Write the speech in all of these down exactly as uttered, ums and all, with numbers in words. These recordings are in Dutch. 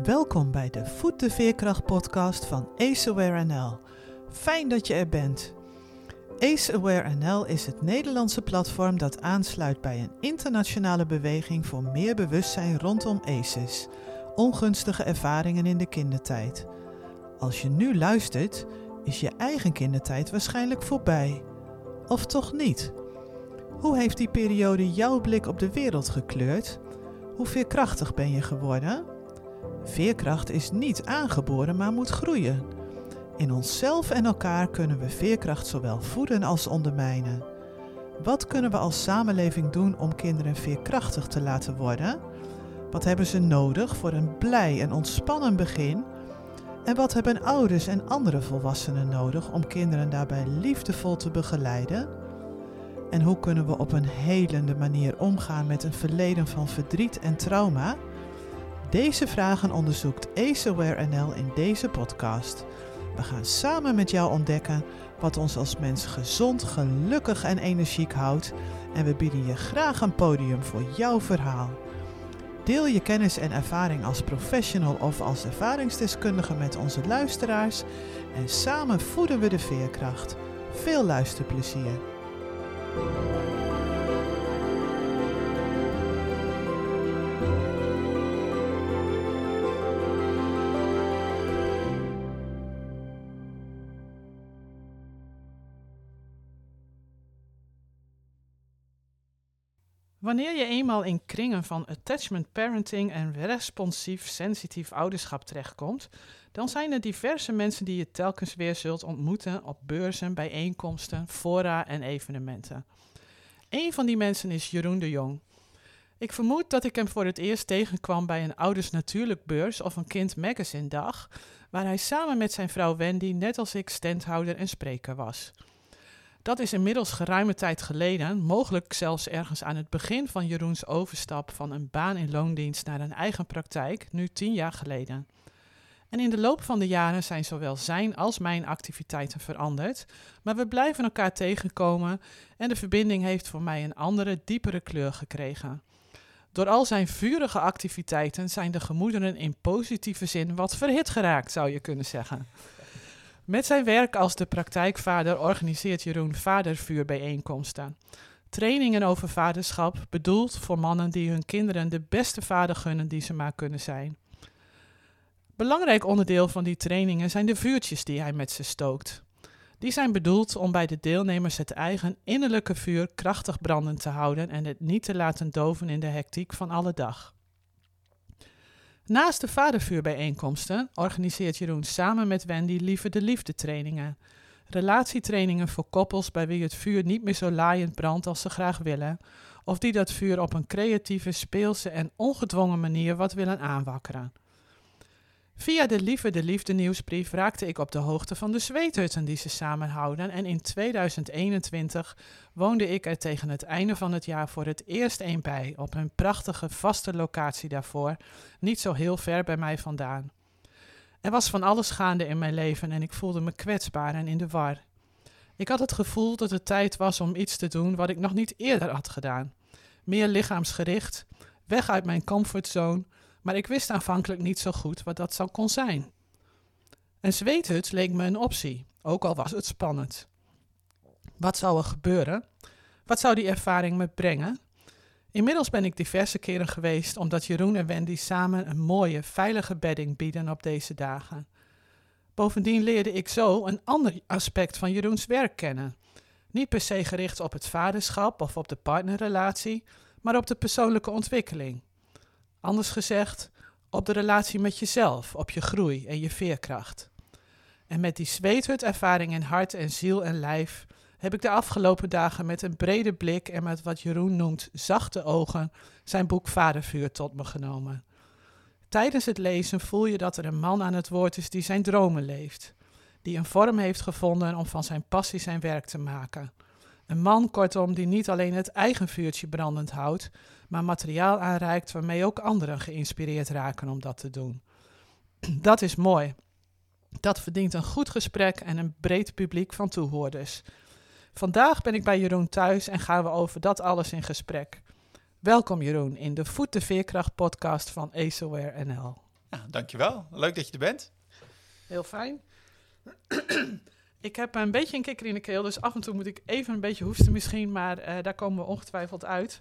Welkom bij de Voed de Veerkracht podcast van AceAware N L. Fijn dat je er bent. AceAware N L is het Nederlandse platform dat aansluit bij een internationale beweging voor meer bewustzijn rondom A C Es, ongunstige ervaringen in de kindertijd. Als je nu luistert, is je eigen kindertijd waarschijnlijk voorbij. Of toch niet? Hoe heeft die periode jouw blik op de wereld gekleurd? Hoe veerkrachtig ben je geworden? Veerkracht is niet aangeboren, maar moet groeien. In onszelf en elkaar kunnen we veerkracht zowel voeden als ondermijnen. Wat kunnen we als samenleving doen om kinderen veerkrachtig te laten worden? Wat hebben ze nodig voor een blij en ontspannen begin? En wat hebben ouders en andere volwassenen nodig om kinderen daarbij liefdevol te begeleiden? En hoe kunnen we op een helende manier omgaan met een verleden van verdriet en trauma? Deze vragen onderzoekt AceAware N L in deze podcast. We gaan samen met jou ontdekken wat ons als mens gezond, gelukkig en energiek houdt. En we bieden je graag een podium voor jouw verhaal. Deel je kennis en ervaring als professional of als ervaringsdeskundige met onze luisteraars. En samen voeden we de veerkracht. Veel luisterplezier. Wanneer je eenmaal in kringen van attachment parenting en responsief sensitief ouderschap terechtkomt, dan zijn er diverse mensen die je telkens weer zult ontmoeten op beurzen, bijeenkomsten, fora en evenementen. Eén van die mensen is Jeroen de Jong. Ik vermoed dat ik hem voor het eerst tegenkwam bij een Ouders Natuurlijk beurs of een Kind Magazine dag, waar hij samen met zijn vrouw Wendy, net als ik, standhouder en spreker was. Dat is inmiddels geruime tijd geleden, mogelijk zelfs ergens aan het begin van Jeroens overstap van een baan in loondienst naar een eigen praktijk, nu tien jaar geleden. En in de loop van de jaren zijn zowel zijn als mijn activiteiten veranderd, maar we blijven elkaar tegenkomen en de verbinding heeft voor mij een andere, diepere kleur gekregen. Door al zijn vurige activiteiten zijn de gemoederen in positieve zin wat verhit geraakt, zou je kunnen zeggen. Met zijn werk als de praktijkvader organiseert Jeroen vadervuurbijeenkomsten. Trainingen over vaderschap, bedoeld voor mannen die hun kinderen de beste vader gunnen die ze maar kunnen zijn. Belangrijk onderdeel van die trainingen zijn de vuurtjes die hij met ze stookt. Die zijn bedoeld om bij de deelnemers het eigen innerlijke vuur krachtig brandend te houden en het niet te laten doven in de hectiek van alle dag. Naast de vadervuurbijeenkomsten organiseert Jeroen samen met Wendy Lieve de Liefde trainingen. Relatietrainingen voor koppels bij wie het vuur niet meer zo laaiend brandt als ze graag willen, of die dat vuur op een creatieve, speelse en ongedwongen manier wat willen aanwakkeren. Via de Lieve de Liefde nieuwsbrief raakte ik op de hoogte van de zweethutten die ze samen houden en in tweeduizend eenentwintig woonde ik er tegen het einde van het jaar voor het eerst een bij op een prachtige vaste locatie daarvoor, niet zo heel ver bij mij vandaan. Er was van alles gaande in mijn leven en ik voelde me kwetsbaar en in de war. Ik had het gevoel dat het tijd was om iets te doen wat ik nog niet eerder had gedaan. Meer lichaamsgericht, weg uit mijn comfortzone, maar ik wist aanvankelijk niet zo goed wat dat zou kon zijn. Een zweethut leek me een optie, ook al was het spannend. Wat zou er gebeuren? Wat zou die ervaring me brengen? Inmiddels ben ik diverse keren geweest omdat Jeroen en Wendy samen een mooie, veilige bedding bieden op deze dagen. Bovendien leerde ik zo een ander aspect van Jeroens werk kennen. Niet per se gericht op het vaderschap of op de partnerrelatie, maar op de persoonlijke ontwikkeling. Anders gezegd, op de relatie met jezelf, op je groei en je veerkracht. En met die zweethutervaring in hart en ziel en lijf heb ik de afgelopen dagen met een brede blik en met wat Jeroen noemt zachte ogen zijn boek Vadervuur tot me genomen. Tijdens het lezen voel je dat er een man aan het woord is die zijn dromen leeft. Die een vorm heeft gevonden om van zijn passie zijn werk te maken. Een man, kortom, die niet alleen het eigen vuurtje brandend houdt, maar materiaal aanreikt waarmee ook anderen geïnspireerd raken om dat te doen. Dat is mooi. Dat verdient een goed gesprek en een breed publiek van toehoorders. Vandaag ben ik bij Jeroen thuis en gaan we over dat alles in gesprek. Welkom Jeroen in de Voed de Veerkracht podcast van AceAware N L. Ja, dankjewel. Leuk dat je er bent. Heel fijn. Ik heb een beetje een kikker in de keel, dus af en toe moet ik even een beetje hoesten misschien, maar uh, daar komen we ongetwijfeld uit.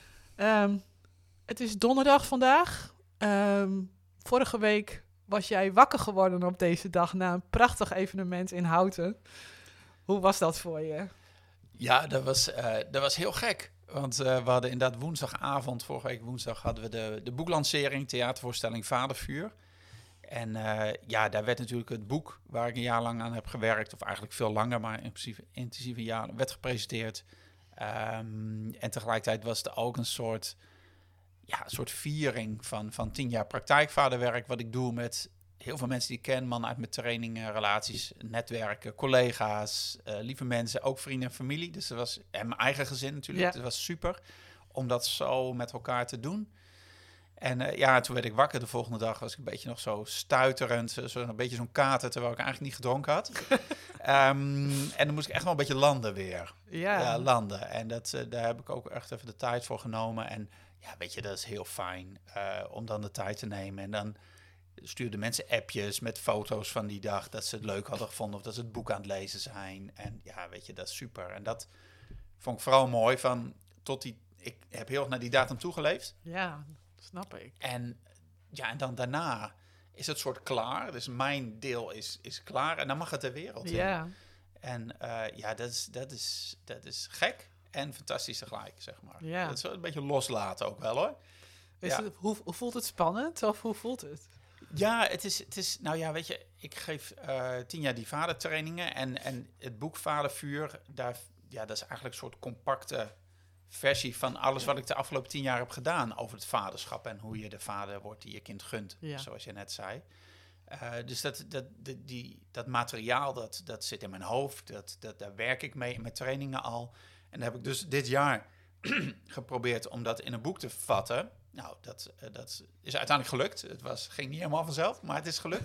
Um, het is donderdag vandaag. Um, vorige week was jij wakker geworden op deze dag na een prachtig evenement in Houten. Hoe was dat voor je? Ja, dat was, uh, dat was heel gek. Want uh, we hadden inderdaad woensdagavond, vorige week woensdag, hadden we de, de boeklancering, theatervoorstelling Vadervuur. En uh, ja, daar werd natuurlijk het boek waar ik een jaar lang aan heb gewerkt, of eigenlijk veel langer, maar in principe intensief een jaar, werd gepresenteerd. Um, en tegelijkertijd was het ook een soort, ja, een soort viering van, van tien jaar praktijkvaderwerk, wat ik doe met heel veel mensen die ik ken, mannen uit mijn trainingen, relaties, netwerken, collega's, uh, lieve mensen, ook vrienden en familie. Dus dat was, en mijn eigen gezin natuurlijk, ja. Het was super om dat zo met elkaar te doen. En uh, ja, toen werd ik wakker de volgende dag, was ik een beetje nog zo stuiterend, zo, een beetje zo'n kater, terwijl ik eigenlijk niet gedronken had. um, en dan moest ik echt wel een beetje landen weer. Ja. Ja, landen. En dat, uh, daar heb ik ook echt even de tijd voor genomen. En ja, weet je, dat is heel fijn uh, om dan de tijd te nemen. En dan stuurden mensen appjes met foto's van die dag, dat ze het leuk hadden gevonden of dat ze het boek aan het lezen zijn. En ja, weet je, dat is super. En dat vond ik vooral mooi van, tot die, ik heb heel erg naar die datum toegeleefd. Ja, snap ik. En ja, en dan daarna is het soort klaar. Dus mijn deel is, is klaar en dan mag het de wereld in. Ja. En uh, ja, dat is, dat, is, dat is gek en fantastisch tegelijk, zeg maar. Ja. Dat is wel een beetje loslaten ook wel, hoor. Is ja. het, hoe, hoe voelt het spannend of hoe voelt het? Ja, het is, het is, nou ja, weet je, ik geef uh, tien jaar die vadertrainingen en, en het boek Vadervuur, daar, ja, dat is eigenlijk een soort compacte versie van alles wat ik de afgelopen tien jaar heb gedaan over het vaderschap en hoe je de vader wordt die je kind gunt, ja. Zoals je net zei. Uh, dus dat, dat, dat, die, dat materiaal, dat, dat zit in mijn hoofd, dat, dat, daar werk ik mee in mijn trainingen al. En dan heb ik dus dit jaar geprobeerd om dat in een boek te vatten. Nou, dat, uh, dat is uiteindelijk gelukt. Het was, ging niet helemaal vanzelf, maar het is gelukt.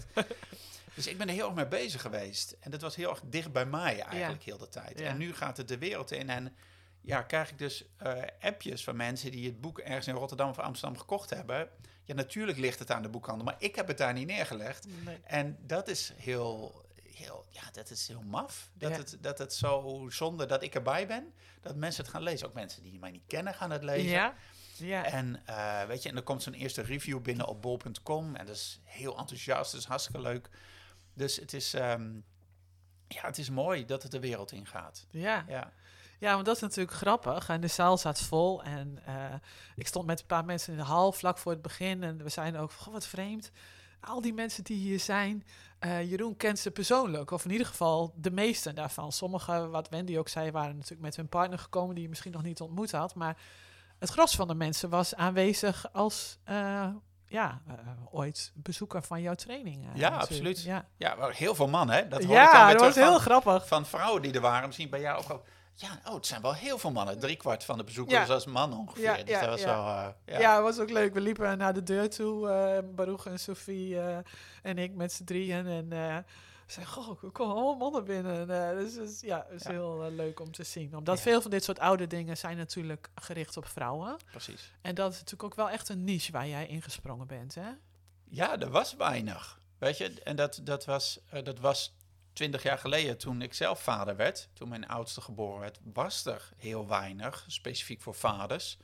Dus ik ben er heel erg mee bezig geweest. En dat was heel erg dicht bij mij eigenlijk ja. heel de tijd. Ja. En nu gaat het de wereld in en ja, krijg ik dus uh, appjes van mensen die het boek ergens in Rotterdam of Amsterdam gekocht hebben. Ja, natuurlijk ligt het aan de boekhandel, maar ik heb het daar niet neergelegd. Nee. En dat is heel, heel, ja, dat is heel maf. Dat, ja. het, dat het zo zonde dat ik erbij ben, dat mensen het gaan lezen. Ook mensen die mij niet kennen gaan het lezen. Ja. Ja. En uh, weet je, en er komt zo'n eerste review binnen op bol punt com en dat is heel enthousiast, dat is hartstikke leuk. Dus het is, um, ja, het is mooi dat het de wereld in gaat. Ja. Ja. Ja, want dat is natuurlijk grappig. En de zaal zat vol. En uh, ik stond met een paar mensen in de hal vlak voor het begin. En we zeiden ook, goh, wat vreemd. Al die mensen die hier zijn, uh, Jeroen kent ze persoonlijk. Of in ieder geval de meesten daarvan. Sommigen, wat Wendy ook zei, waren natuurlijk met hun partner gekomen die je misschien nog niet ontmoet had. Maar het gros van de mensen was aanwezig als uh, ja, uh, ooit bezoeker van jouw training. Uh, ja, natuurlijk. absoluut. Ja, ja, heel veel mannen, hè? Dat ja, dat was heel van, grappig. Van vrouwen die er waren, misschien bij jou ook al. Ja, oh, het zijn wel heel veel mannen. Driekwart van de bezoekers ja. als man ongeveer. Ja, dus ja, dat was ja. wel... Uh, ja. ja, het was ook leuk. We liepen naar de deur toe, uh, Baruch en Sophie uh, en ik met z'n drieën. En uh, zeiden, goh, er komen allemaal mannen binnen. Uh, dus, dus ja, het is ja. heel uh, leuk om te zien. Omdat ja. veel van dit soort oude dingen zijn natuurlijk gericht op vrouwen. Precies. En dat is natuurlijk ook wel echt een niche waar jij ingesprongen bent, hè? Ja, er was weinig. Weet je, en dat, dat was... Uh, dat was twintig jaar geleden, toen ik zelf vader werd, toen mijn oudste geboren werd, was er heel weinig, specifiek voor vaders.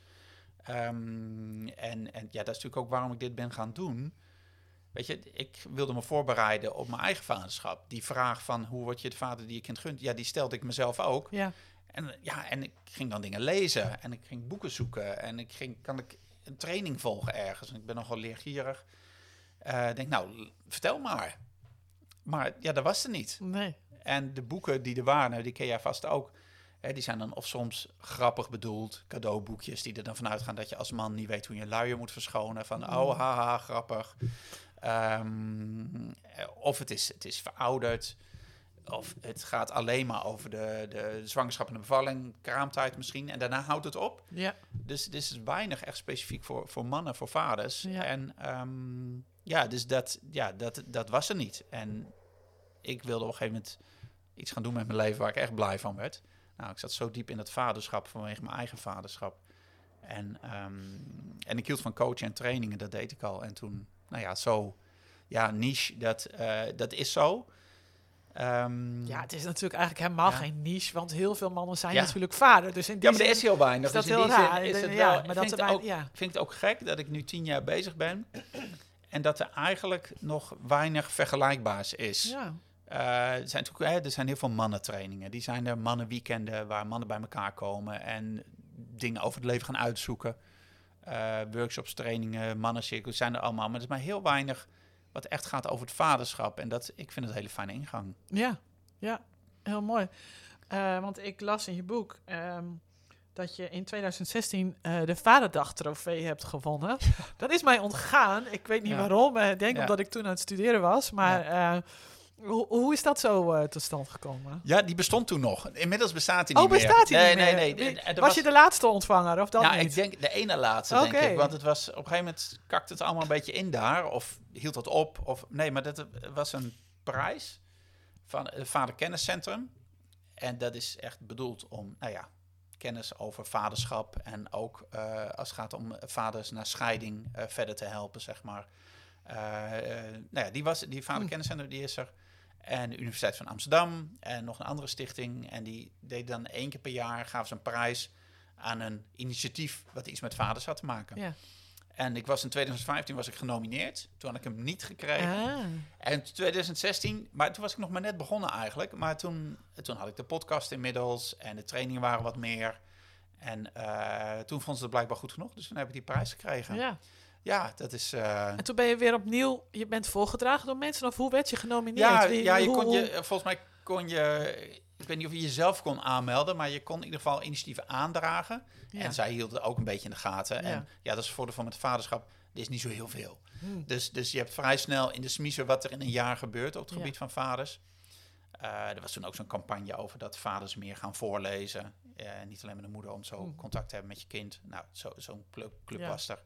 Um, en, en ja, dat is natuurlijk ook waarom ik dit ben gaan doen. Weet je, ik wilde me voorbereiden op mijn eigen vaderschap. Die vraag van, hoe word je de vader die je kind gunt? Ja, die stelde ik mezelf ook. Ja. En, ja, en ik ging dan dingen lezen en ik ging boeken zoeken en ik ging, kan ik een training volgen ergens. En ik ben nogal leergierig. Ik uh, denk, nou, vertel maar. Maar ja, dat was er niet. Nee. En de boeken die er waren, die ken jij vast ook. Hè, die zijn dan of soms grappig bedoeld. Cadeauboekjes die er dan vanuit gaan dat je als man niet weet hoe je luier moet verschonen. Van, mm. oh, haha, grappig. Um, of het is, het is verouderd. Of het gaat alleen maar over de, de zwangerschap en de bevalling. Kraamtijd misschien. En daarna houdt het op. Ja. Dus dit is weinig echt specifiek voor, voor mannen, voor vaders. Ja. En um, ja, dus dat, ja, dat, dat was er niet. En ik wilde op een gegeven moment iets gaan doen met mijn leven waar ik echt blij van werd. Nou, ik zat zo diep in het vaderschap vanwege mijn eigen vaderschap. En, um, en ik hield van coachen en trainingen, dat deed ik al. En toen, nou ja, zo ja, niche, dat, uh, dat is zo. Um, ja, het is natuurlijk eigenlijk helemaal ja. geen niche, want heel veel mannen zijn ja. natuurlijk vader. Dus in die ja, maar er zin is heel weinig. is dat dus in heel die raar. zin is het ja, wel, maar vind, dat het ook, ja. vind het ook gek dat ik nu tien jaar bezig ben en dat er eigenlijk nog weinig vergelijkbaars is. Ja. Uh, er, zijn natuurlijk, hè, er zijn heel veel mannentrainingen. Die zijn er mannenweekenden waar mannen bij elkaar komen en dingen over het leven gaan uitzoeken. Uh, workshops, trainingen, mannencirkels zijn er allemaal. Maar er is maar heel weinig wat echt gaat over het vaderschap. En dat, ik vind het een hele fijne ingang. Ja, ja, heel mooi. Uh, want ik las in je boek um, dat je in twintig zestien uh, de Vaderdag-trofee hebt gewonnen. Dat is mij ontgaan. Ik weet niet ja. waarom. Ik denk ja. omdat ik toen aan het studeren was. Maar ja. uh, hoe, hoe is dat zo uh, tot stand gekomen? Ja, die bestond toen nog. Inmiddels bestaat die oh, niet meer. Oh, bestaat die nee, niet nee, meer? Nee, nee. Was, was je de laatste ontvanger of dat ja, niet? ik denk de ene laatste, okay. denk ik. Want het was op een gegeven moment kakte het allemaal een beetje in daar. Of hield het op. Of nee, maar dat was een prijs van het Vader Kenniscentrum. En dat is echt bedoeld om, nou ja, kennis over vaderschap. En ook uh, als het gaat om vaders na scheiding uh, verder te helpen, zeg maar. Uh, uh, nou ja, die, was, die Vader hm. Kenniscentrum, die is er. En de Universiteit van Amsterdam en nog een andere stichting. En die deed dan één keer per jaar, gaven ze een prijs aan een initiatief wat iets met vaders had te maken. Ja. En ik was in twintig vijftien was ik genomineerd. Toen had ik hem niet gekregen. Ah. En in twintig zestien, maar toen was ik nog maar net begonnen eigenlijk. Maar toen, toen had ik de podcast inmiddels en de trainingen waren wat meer. En uh, toen vonden ze het blijkbaar goed genoeg. Dus toen heb ik die prijs gekregen. Ja. Ja, dat is... Uh... En toen ben je weer opnieuw... Je bent voorgedragen door mensen? Of hoe werd je genomineerd? Ja, Wie, ja je hoe, kon je, hoe... volgens mij kon je... Ik weet niet of je jezelf kon aanmelden, maar je kon in ieder geval initiatieven aandragen. Ja. En zij hielden het ook een beetje in de gaten. Ja. En ja, dat is het voordeel van het vaderschap. Er is niet zo heel veel. Hmm. Dus, dus je hebt vrij snel in de smiezen wat er in een jaar gebeurt op het gebied ja. van vaders. Uh, er was toen ook zo'n campagne over dat vaders meer gaan voorlezen. Uh, niet alleen met de moeder, om zo hmm. contact te hebben met je kind. Nou, zo, zo'n club, club ja. was er.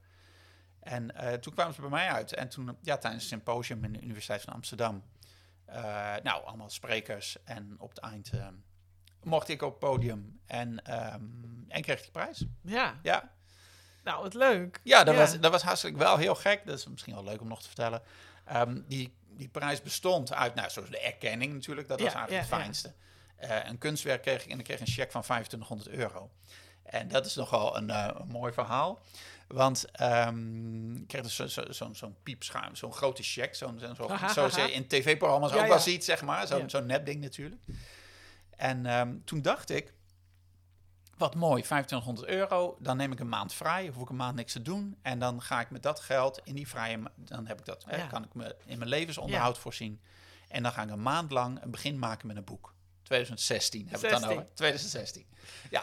En uh, toen kwamen ze bij mij uit. En toen, ja, tijdens een symposium in de Universiteit van Amsterdam. Uh, nou, allemaal sprekers. En op het eind uh, mocht ik op het podium. En, um, en kreeg ik die prijs. Ja. Ja. Nou, wat leuk. Ja, dat, ja. Was, dat was hartstikke wel heel gek. Dat is misschien wel leuk om nog te vertellen. Um, die, die prijs bestond uit, nou, zoals de erkenning natuurlijk. Dat was ja, eigenlijk ja, het fijnste. Ja. Uh, een kunstwerk kreeg ik en ik kreeg een cheque van vijfentwintighonderd euro. En dat is nogal een, uh, een mooi verhaal. Want um, ik kreeg dus zo'n zo, zo, zo piepschuim, zo'n grote cheque. Zo'n, zo, zo, zoals je in tv-programma's ja, ook ja. wel ziet, zeg maar. Zo'n ja. zo nepding natuurlijk. En um, toen dacht ik, wat mooi, vijfentwintighonderd euro. Dan neem ik een maand vrij, hoef ik een maand niks te doen. En dan ga ik met dat geld in die vrije ma- dan heb ik dat, ja. hè, kan ik me in mijn levensonderhoud ja. voorzien. En dan ga ik een maand lang een begin maken met een boek. twintig zestien heb ik het dan over. twintig zestien. Ja.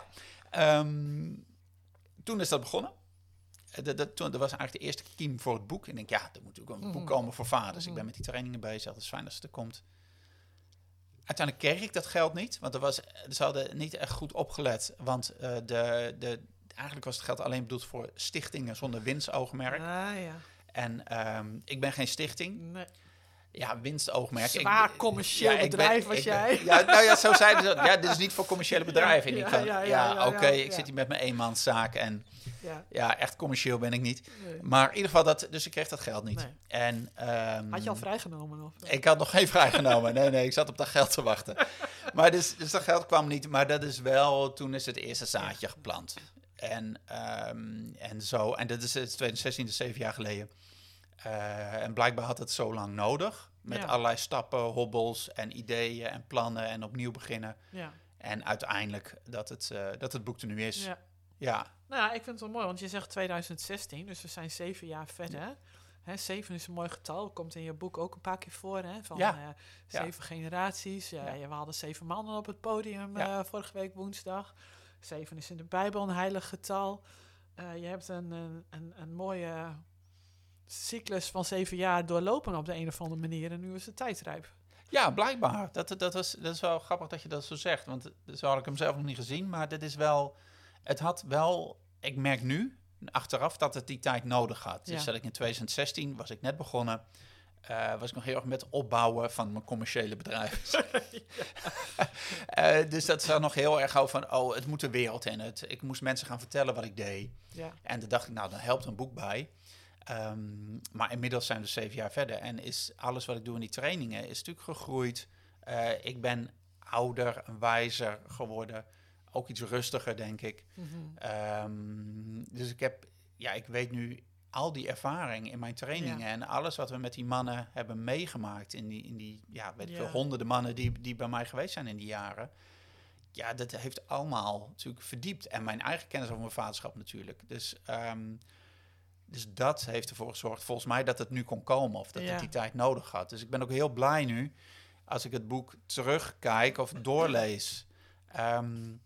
Um, toen is dat begonnen. Dat, dat, toen, dat was eigenlijk de eerste kiem voor het boek. En ik denk, ja, er moet ook een mm. boek komen voor vaders. Mm. Ik ben met die trainingen bezig. Het is fijn als het er komt. Uiteindelijk kreeg ik dat geld niet. Want er was, ze hadden niet echt goed opgelet. Want uh, de, de, eigenlijk was het geld alleen bedoeld voor stichtingen zonder winstoogmerk. Ah, ja. En um, ik ben geen stichting. Nee. Ja, winstoogmerk. Zwaar ik, commercieel ja, bedrijf ben, was jij. Ben, ja, nou ja, zo zeiden ze. Ja, dit is niet voor commerciële bedrijven. Ja, en ik ja, van, ja, ja, ja, ja, oké, okay, ja, ik ja. zit hier met mijn eenmanszaak en ja. ja, echt commercieel ben ik niet. Nee. Maar in ieder geval, dat, dus ik kreeg dat geld niet. Nee. En, um, had je al vrijgenomen? Of? Ik had nog geen vrijgenomen. Nee, nee, ik zat op dat geld te wachten. Maar dus, dus dat geld kwam niet. Maar dat is wel, toen is het eerste zaadje geplant. En, um, en zo, en dat is twintig zestien, dus zeven jaar geleden. Uh, en blijkbaar had het zo lang nodig. Met ja. allerlei stappen, hobbels en ideeën en plannen en opnieuw beginnen. Ja. En uiteindelijk dat het, uh, dat het boek er nu is. Ja. ja. Nou ja, ik vind het wel mooi, want je zegt twintig zestien, dus we zijn zeven jaar verder. Ja. Hè, zeven is een mooi getal, komt in je boek ook een paar keer voor. Hè, van ja. uh, zeven ja. generaties. Ja, ja. We hadden zeven mannen op het podium ja. uh, vorige week woensdag. Zeven is in de Bijbel een heilig getal. Uh, je hebt een, een, een, een mooie cyclus van zeven jaar doorlopen op de een of andere manier. En nu is het tijdrijp. Ja, blijkbaar. Dat, dat, was, dat is wel grappig dat je dat zo zegt. Want zo had ik hem zelf nog niet gezien. Maar dit is wel... Het had wel... Ik merk nu, achteraf, dat het die tijd nodig had. Ja. Dus dat ik in twintig zestien, was ik net begonnen... Uh, was ik nog heel erg met het opbouwen van mijn commerciële bedrijf. uh, dus dat zat nog heel erg over van... Oh, het moet de wereld in. Het, ik moest mensen gaan vertellen wat ik deed. Ja. En toen dacht ik, nou, dan helpt een boek bij... Um, maar inmiddels zijn we zeven jaar verder. En is alles wat ik doe in die trainingen is natuurlijk gegroeid. Uh, ik ben ouder en wijzer geworden. Ook iets rustiger, denk ik. Mm-hmm. Um, dus ik heb, ja, ik weet nu al die ervaring in mijn trainingen ja. en alles wat we met die mannen hebben meegemaakt in die, in die ja, weet ik veel, honderden mannen die, die bij mij geweest zijn in die jaren. Ja, dat heeft allemaal natuurlijk verdiept. En mijn eigen kennis over mijn vaderschap natuurlijk. Dus, um, dus dat heeft ervoor gezorgd, volgens mij, dat het nu kon komen. Of dat ja. het die tijd nodig had. Dus ik ben ook heel blij nu, als ik het boek terugkijk of doorlees. Um,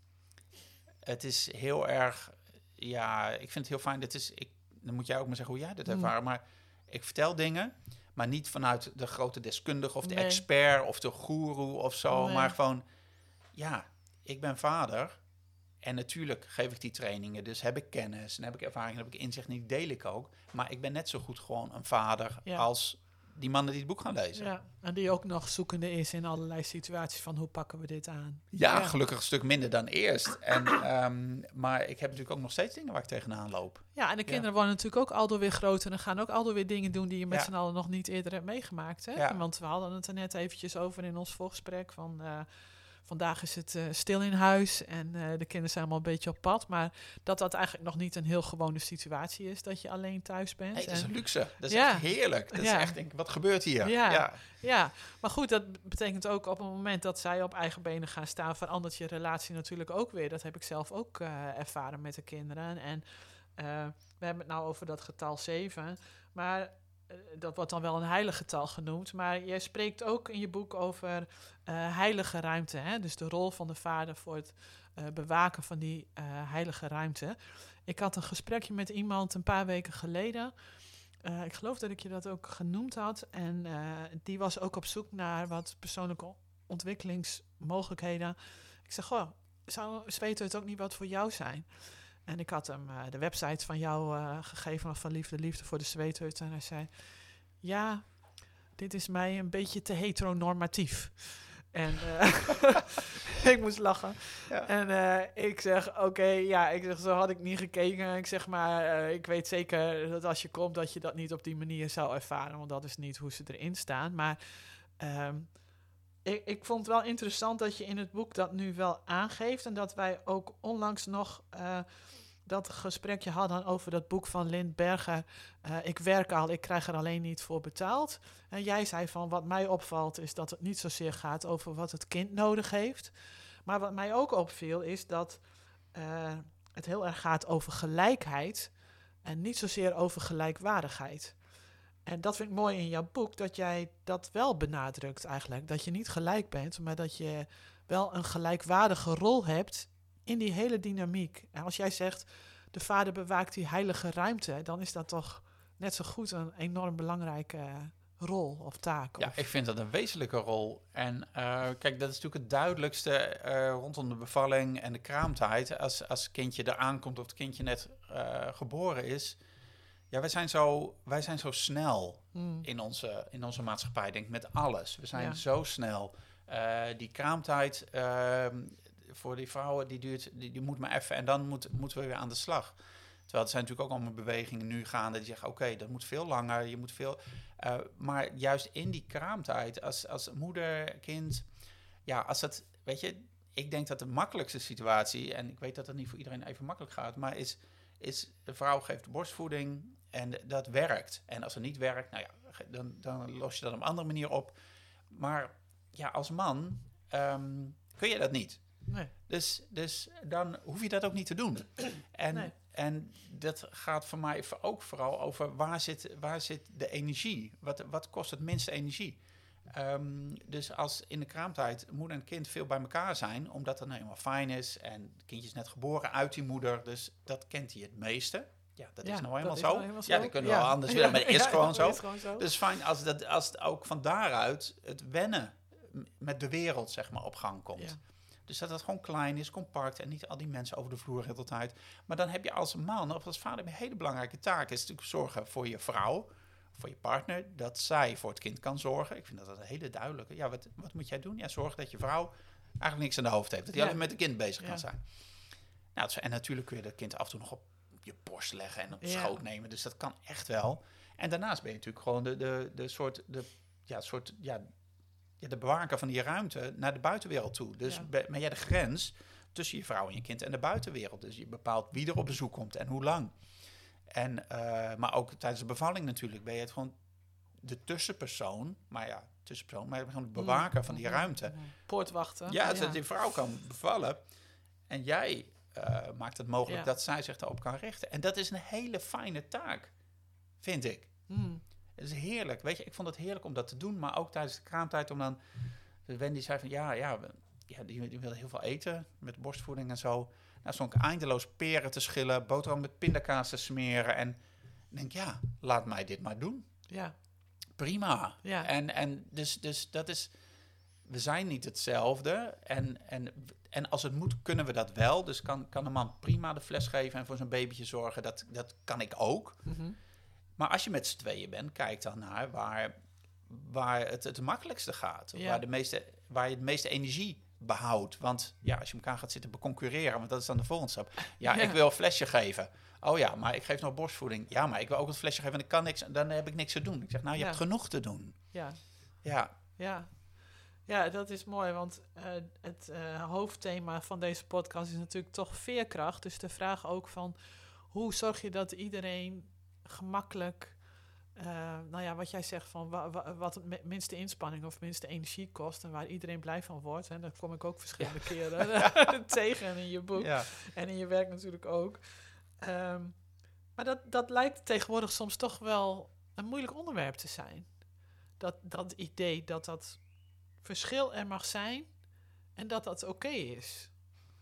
het is heel erg, ja, ik vind het heel fijn. Dit is, ik, dan moet jij ook maar zeggen hoe jij dit ervaren. Mm. Maar ik vertel dingen, maar niet vanuit de grote deskundige of de nee. expert of de goeroe of zo. Nee. Maar gewoon, ja, ik ben vader en natuurlijk geef ik die trainingen. Dus heb ik kennis en heb ik ervaring en heb ik inzicht en die deel ik ook. Maar ik ben net zo goed gewoon een vader ja. als die mannen die het boek gaan lezen. Ja, en die ook nog zoekende is in allerlei situaties van hoe pakken we dit aan. Ja, ja. gelukkig een stuk minder dan eerst. En, um, maar ik heb natuurlijk ook nog steeds dingen waar ik tegenaan loop. Ja, en de kinderen ja. worden natuurlijk ook aldoor weer groter en gaan ook aldoor weer dingen doen die je met ja. z'n allen nog niet eerder hebt meegemaakt. Hè? Ja. Want we hadden het er net eventjes over in ons voorgesprek van Uh, vandaag is het uh, stil in huis en uh, de kinderen zijn allemaal een beetje op pad. Maar dat dat eigenlijk nog niet een heel gewone situatie is, dat je alleen thuis bent. Hey, dat is en, een luxe. Dat is ja. echt heerlijk. Dat ja. is echt, denk, wat gebeurt hier? Ja. Ja. ja, maar goed, dat betekent ook op het moment dat zij op eigen benen gaan staan, verandert je relatie natuurlijk ook weer. Dat heb ik zelf ook uh, ervaren met de kinderen. En uh, we hebben het nou over dat getal zeven, maar dat wordt dan wel een heilig getal genoemd. Maar jij spreekt ook in je boek over uh, heilige ruimte. Hè? Dus de rol van de vader voor het uh, bewaken van die uh, heilige ruimte. Ik had een gesprekje met iemand een paar weken geleden. Uh, ik geloof dat ik je dat ook genoemd had. En uh, die was ook op zoek naar wat persoonlijke ontwikkelingsmogelijkheden. Ik zeg, goh, zou zweten het ook niet wat voor jou zijn? En ik had hem uh, de website van jou uh, gegeven, van Liefde, Liefde voor de Zweethut. En hij zei, ja, dit is mij een beetje te heteronormatief. En uh, ik moest lachen. Ja. En uh, ik zeg, oké, okay, ja, ik zeg, zo had ik niet gekeken. Ik zeg, maar uh, ik weet zeker dat als je komt, dat je dat niet op die manier zou ervaren. Want dat is niet hoe ze erin staan. Maar um, ik, ik vond het wel interessant dat je in het boek dat nu wel aangeeft. En dat wij ook onlangs nog Uh, dat gesprekje hadden over dat boek van Lynn Berger. Uh, ik werk al, ik krijg er alleen niet voor betaald. En jij zei van, wat mij opvalt is dat het niet zozeer gaat over wat het kind nodig heeft. Maar wat mij ook opviel is dat uh, het heel erg gaat over gelijkheid en niet zozeer over gelijkwaardigheid. En dat vind ik mooi in jouw boek, dat jij dat wel benadrukt eigenlijk. Dat je niet gelijk bent, maar dat je wel een gelijkwaardige rol hebt in die hele dynamiek. En als jij zegt, de vader bewaakt die heilige ruimte, dan is dat toch net zo goed een enorm belangrijke rol of taak. Ja, of ik vind dat een wezenlijke rol. En uh, kijk, dat is natuurlijk het duidelijkste uh, rondom de bevalling en de kraamtijd. Als, als het kindje er aankomt of het kindje net uh, geboren is. Ja, wij zijn zo, wij zijn zo snel mm. in, onze, in onze maatschappij, denk ik, met alles. We zijn ja. zo snel. Uh, die kraamtijd Uh, voor die vrouwen, die duurt, die, die moet maar even en dan moet, moeten we weer aan de slag. Terwijl er zijn natuurlijk ook allemaal bewegingen nu gaande die zeggen, oké, okay, dat moet veel langer, je moet veel. Uh, maar juist in die kraamtijd, als, als moeder, kind, ja, als dat, weet je, ik denk dat de makkelijkste situatie, en ik weet dat dat niet voor iedereen even makkelijk gaat, maar is, is de vrouw geeft de borstvoeding en dat werkt. En als het niet werkt, nou ja, dan, dan los je dat op een andere manier op. Maar ja, als man um, kun je dat niet. Nee. Dus, dus dan hoef je dat ook niet te doen. En, nee. en dat gaat voor mij ook vooral over waar zit, waar zit de energie? Wat, wat kost het minste energie? Um, dus als in de kraamtijd moeder en kind veel bij elkaar zijn, omdat dat nou helemaal fijn is en het kindje is net geboren uit die moeder, dus dat kent hij het meeste. Ja, dat ja, is nou helemaal zo. Nou helemaal zo. Ja, dat kunnen we ja. wel anders willen, maar het is, ja, gewoon, zo. is gewoon zo. Dus fijn als, dat, als het ook van daaruit het wennen met de wereld, zeg maar, op gang komt. Ja. Dus dat het gewoon klein is, compact en niet al die mensen over de vloer de hele tijd. Maar dan heb je als man of als vader een hele belangrijke taak. Is natuurlijk zorgen voor je vrouw, voor je partner, dat zij voor het kind kan zorgen. Ik vind dat een hele duidelijke. Ja, wat, wat moet jij doen? Ja, zorg dat je vrouw eigenlijk niks aan de hoofd heeft. Dat hij ja. alleen met het kind bezig ja. kan zijn. Nou, en natuurlijk kun je dat kind af en toe nog op je borst leggen en op ja. schoot nemen. Dus dat kan echt wel. En daarnaast ben je natuurlijk gewoon de, de, de soort, de, ja, soort, ja, ja, de bewaker van die ruimte naar de buitenwereld toe. Dus Ja. ben, ben jij de grens tussen je vrouw en je kind en de buitenwereld. Dus je bepaalt wie er op bezoek komt en hoe lang. En, uh, maar ook tijdens de bevalling natuurlijk ben je het gewoon de tussenpersoon. Maar ja, tussenpersoon, maar gewoon de bewaker van die ruimte. Poortwachten. Ja, zodat die vrouw kan bevallen. En jij uh, maakt het mogelijk Ja. dat zij zich daarop kan richten. En dat is een hele fijne taak, vind ik. Mm. Het is heerlijk. Weet je, ik vond het heerlijk om dat te doen. Maar ook tijdens de kraamtijd om dan... Wendy zei van, ja, ja, ja die, die wilde heel veel eten met borstvoeding en zo. Nou, stond ik eindeloos peren te schillen, boterham met pindakaas te smeren. En ik denk, ja, laat mij dit maar doen. Ja. Prima. Ja. En, en dus, dus dat is... We zijn niet hetzelfde. En, en, en als het moet, kunnen we dat wel. Dus kan, kan een man prima de fles geven en voor zijn babytje zorgen. Dat, dat kan ik ook. Mm-hmm. Maar als je met z'n tweeën bent, kijk dan naar waar, waar het het makkelijkste gaat. Ja. Waar, de meeste, waar je de meeste energie behoudt. Want ja, als je elkaar gaat zitten beconcurreren, want dat is dan de volgende stap. Ja, Ja. ik wil een flesje geven. Oh ja, maar ik geef nog borstvoeding. Ja, maar ik wil ook een flesje geven en ik kan niks. Dan heb ik niks te doen. Ik zeg, nou, je Ja. hebt genoeg te doen. Ja. Ja, Ja. Ja, dat is mooi, want uh, het uh, hoofdthema van deze podcast is natuurlijk toch veerkracht. Dus de vraag ook van, hoe zorg je dat iedereen gemakkelijk, uh, nou ja, wat jij zegt van wa, wa, wat het me- minste inspanning of minste energie kost en waar iedereen blij van wordt. En daar kom ik ook verschillende ja. keren tegen in je boek ja. en in je werk natuurlijk ook. Um, maar dat, dat lijkt tegenwoordig soms toch wel een moeilijk onderwerp te zijn. Dat, dat idee dat dat verschil er mag zijn en dat dat oké okay is.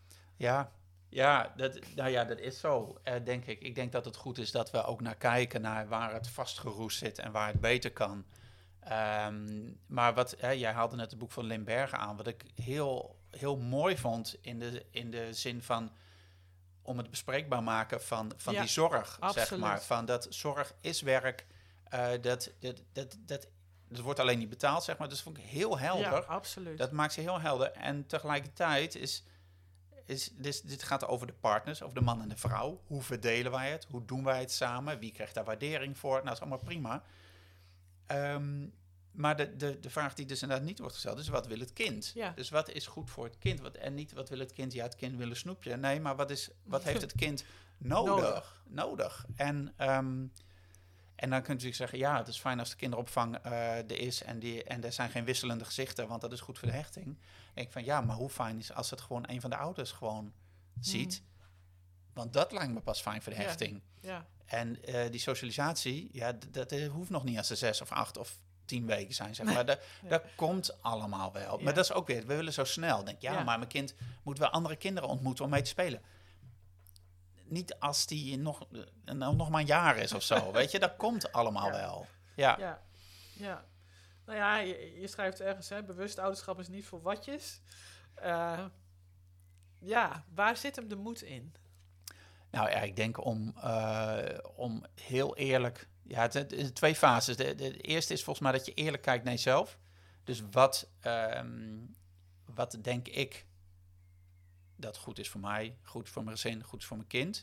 Ja, ja, dat, nou ja, dat is zo, uh, denk ik. Ik denk dat het goed is dat we ook naar kijken naar waar het vastgeroest zit en waar het beter kan. Um, maar wat, hè, jij haalde net het boek van Limberge aan, wat ik heel, heel mooi vond in de, in de zin van om het bespreekbaar maken van, van ja, die zorg, absoluut. zeg maar. Van dat zorg is werk, uh, dat, dat, dat, dat Dat wordt alleen niet betaald, zeg maar. Dus dat vond ik heel helder. Ja, absoluut. Dat maakt ze heel helder. En tegelijkertijd is... is dus, dit gaat over de partners, over de man en de vrouw. Hoe verdelen wij het? Hoe doen wij het samen? Wie krijgt daar waardering voor? Nou, dat is allemaal prima. Um, maar de, de, de vraag die dus inderdaad niet wordt gesteld is... wat wil het kind? Ja. Dus wat is goed voor het kind? Wat, en niet wat wil het kind? Ja, het kind wil een snoepje. Nee, maar wat, is, wat heeft het kind nodig? Nodig. nodig. En... Um, En dan kun je natuurlijk zeggen, ja, het is fijn als de kinderopvang uh, er is en, die, en er zijn geen wisselende gezichten, want dat is goed voor de hechting. Dan denk ik van, ja, maar hoe fijn is als het gewoon een van de ouders gewoon ziet? Mm. Want dat lijkt me pas fijn voor de hechting. Ja. Ja. En uh, die socialisatie, ja, d- dat uh, hoeft nog niet als ze zes of acht of tien weken zijn, zeg maar. Dat, ja. dat komt allemaal wel. Ja. Maar dat is ook weer, we willen zo snel. Denk, ja, ja, maar mijn kind moet wel andere kinderen ontmoeten om mee te spelen. Niet als die nog, nog maar een jaar is of zo, weet je. Dat komt allemaal ja. wel. Ja. Ja. Ja. Nou ja, je, je schrijft ergens, hè, bewust ouderschap is niet voor watjes. Uh, ja, waar zit hem de moed in? Nou ja, ik denk om, uh, om heel eerlijk... Ja, het, het is twee fases. De, de, de eerste is volgens mij dat je eerlijk kijkt naar jezelf. Dus wat, um, wat denk ik... dat goed is voor mij, goed voor mijn gezin, goed is voor mijn kind.